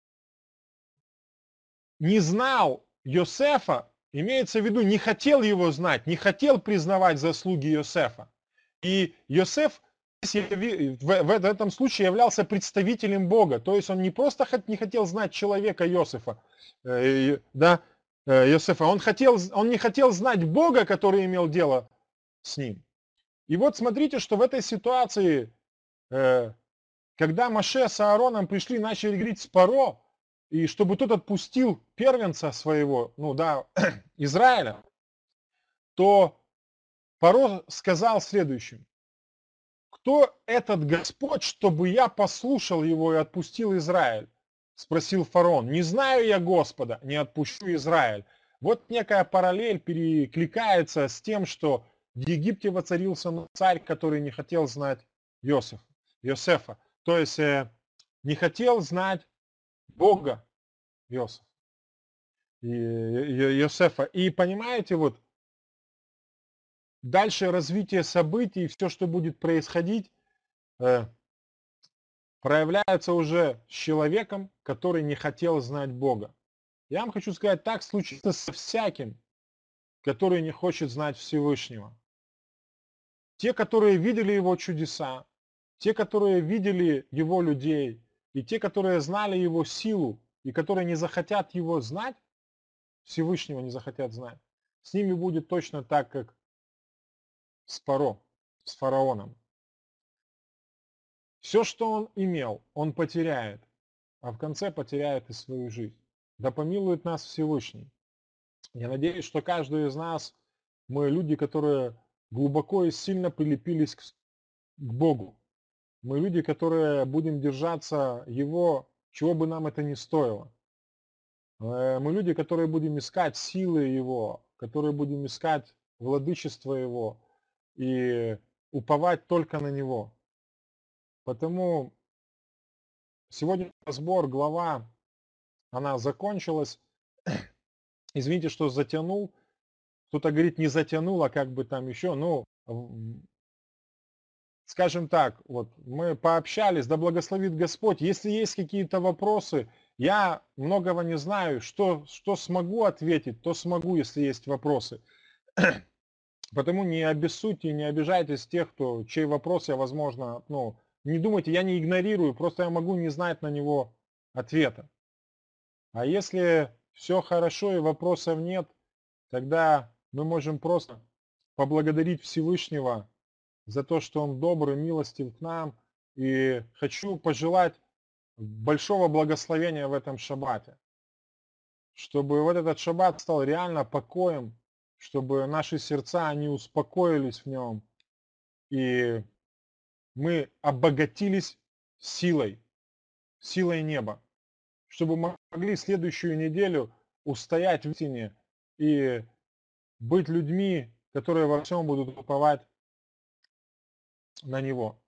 не знал Йосефа, имеется в виду, не хотел его знать, не хотел признавать заслуги Йосефа. И Йосеф в этом случае являлся представителем Бога. То есть он не просто не хотел знать человека Йосефа, да, Йосефа, он, хотел, он не хотел знать Бога, который имел дело с ним. И вот смотрите, что в этой ситуации, когда Моше с Аароном пришли, начали говорить с Паро, и чтобы тот отпустил первенца своего, ну да, Израиля, то Паро сказал следующим: кто этот Господь, чтобы я послушал его и отпустил Израиль? Спросил фараон. Не знаю я Господа, не отпущу Израиль. Вот некая параллель перекликается с тем, что в Египте воцарился царь, который не хотел знать Йосиф, Йосефа. То есть э, не хотел знать Бога Йосиф, и, Йосефа. И понимаете, вот дальше развитие событий, все, что будет происходить, э, проявляется уже с человеком, который не хотел знать Бога. Я вам хочу сказать, так случится со всяким, который не хочет знать Всевышнего. Те, которые видели Его чудеса, те, которые видели Его людей, и те, которые знали Его силу, и которые не захотят Его знать, Всевышнего не захотят знать, с ними будет точно так, как с Паро, с фараоном. Все, что он имел, он потеряет, а в конце потеряет и свою жизнь. Да помилует нас Всевышний. Я надеюсь, что каждый из нас, мы люди, которые глубоко и сильно прилепились к, к Богу. Мы люди, которые будем держаться Его, чего бы нам это ни стоило. Э, Мы люди, которые будем искать силы Его, которые будем искать владычество Его и уповать только на Него. Потому сегодня разбор, глава, она закончилась. Извините, что затянул. Кто-то говорит, не затянул, а как бы там еще. Ну, скажем так, вот мы пообщались, да благословит Господь. Если есть какие-то вопросы, я многого не знаю, что, что смогу ответить, то смогу, если есть вопросы. Потому не обессудьте, не обижайтесь тех, кто, чей вопрос я, возможно, ну, не думайте, я не игнорирую, просто я могу не знать на него ответа. А если все хорошо и вопросов нет, тогда мы можем просто поблагодарить Всевышнего за то, что Он добрый, милостив к нам. И хочу пожелать большого благословения в этом шаббате. Чтобы вот этот шаббат стал реально покоем, чтобы наши сердца, они успокоились в нем. И мы обогатились силой, силой неба. Чтобы мы могли следующую неделю устоять в истине и быть людьми, которые во всем будут уповать на Него.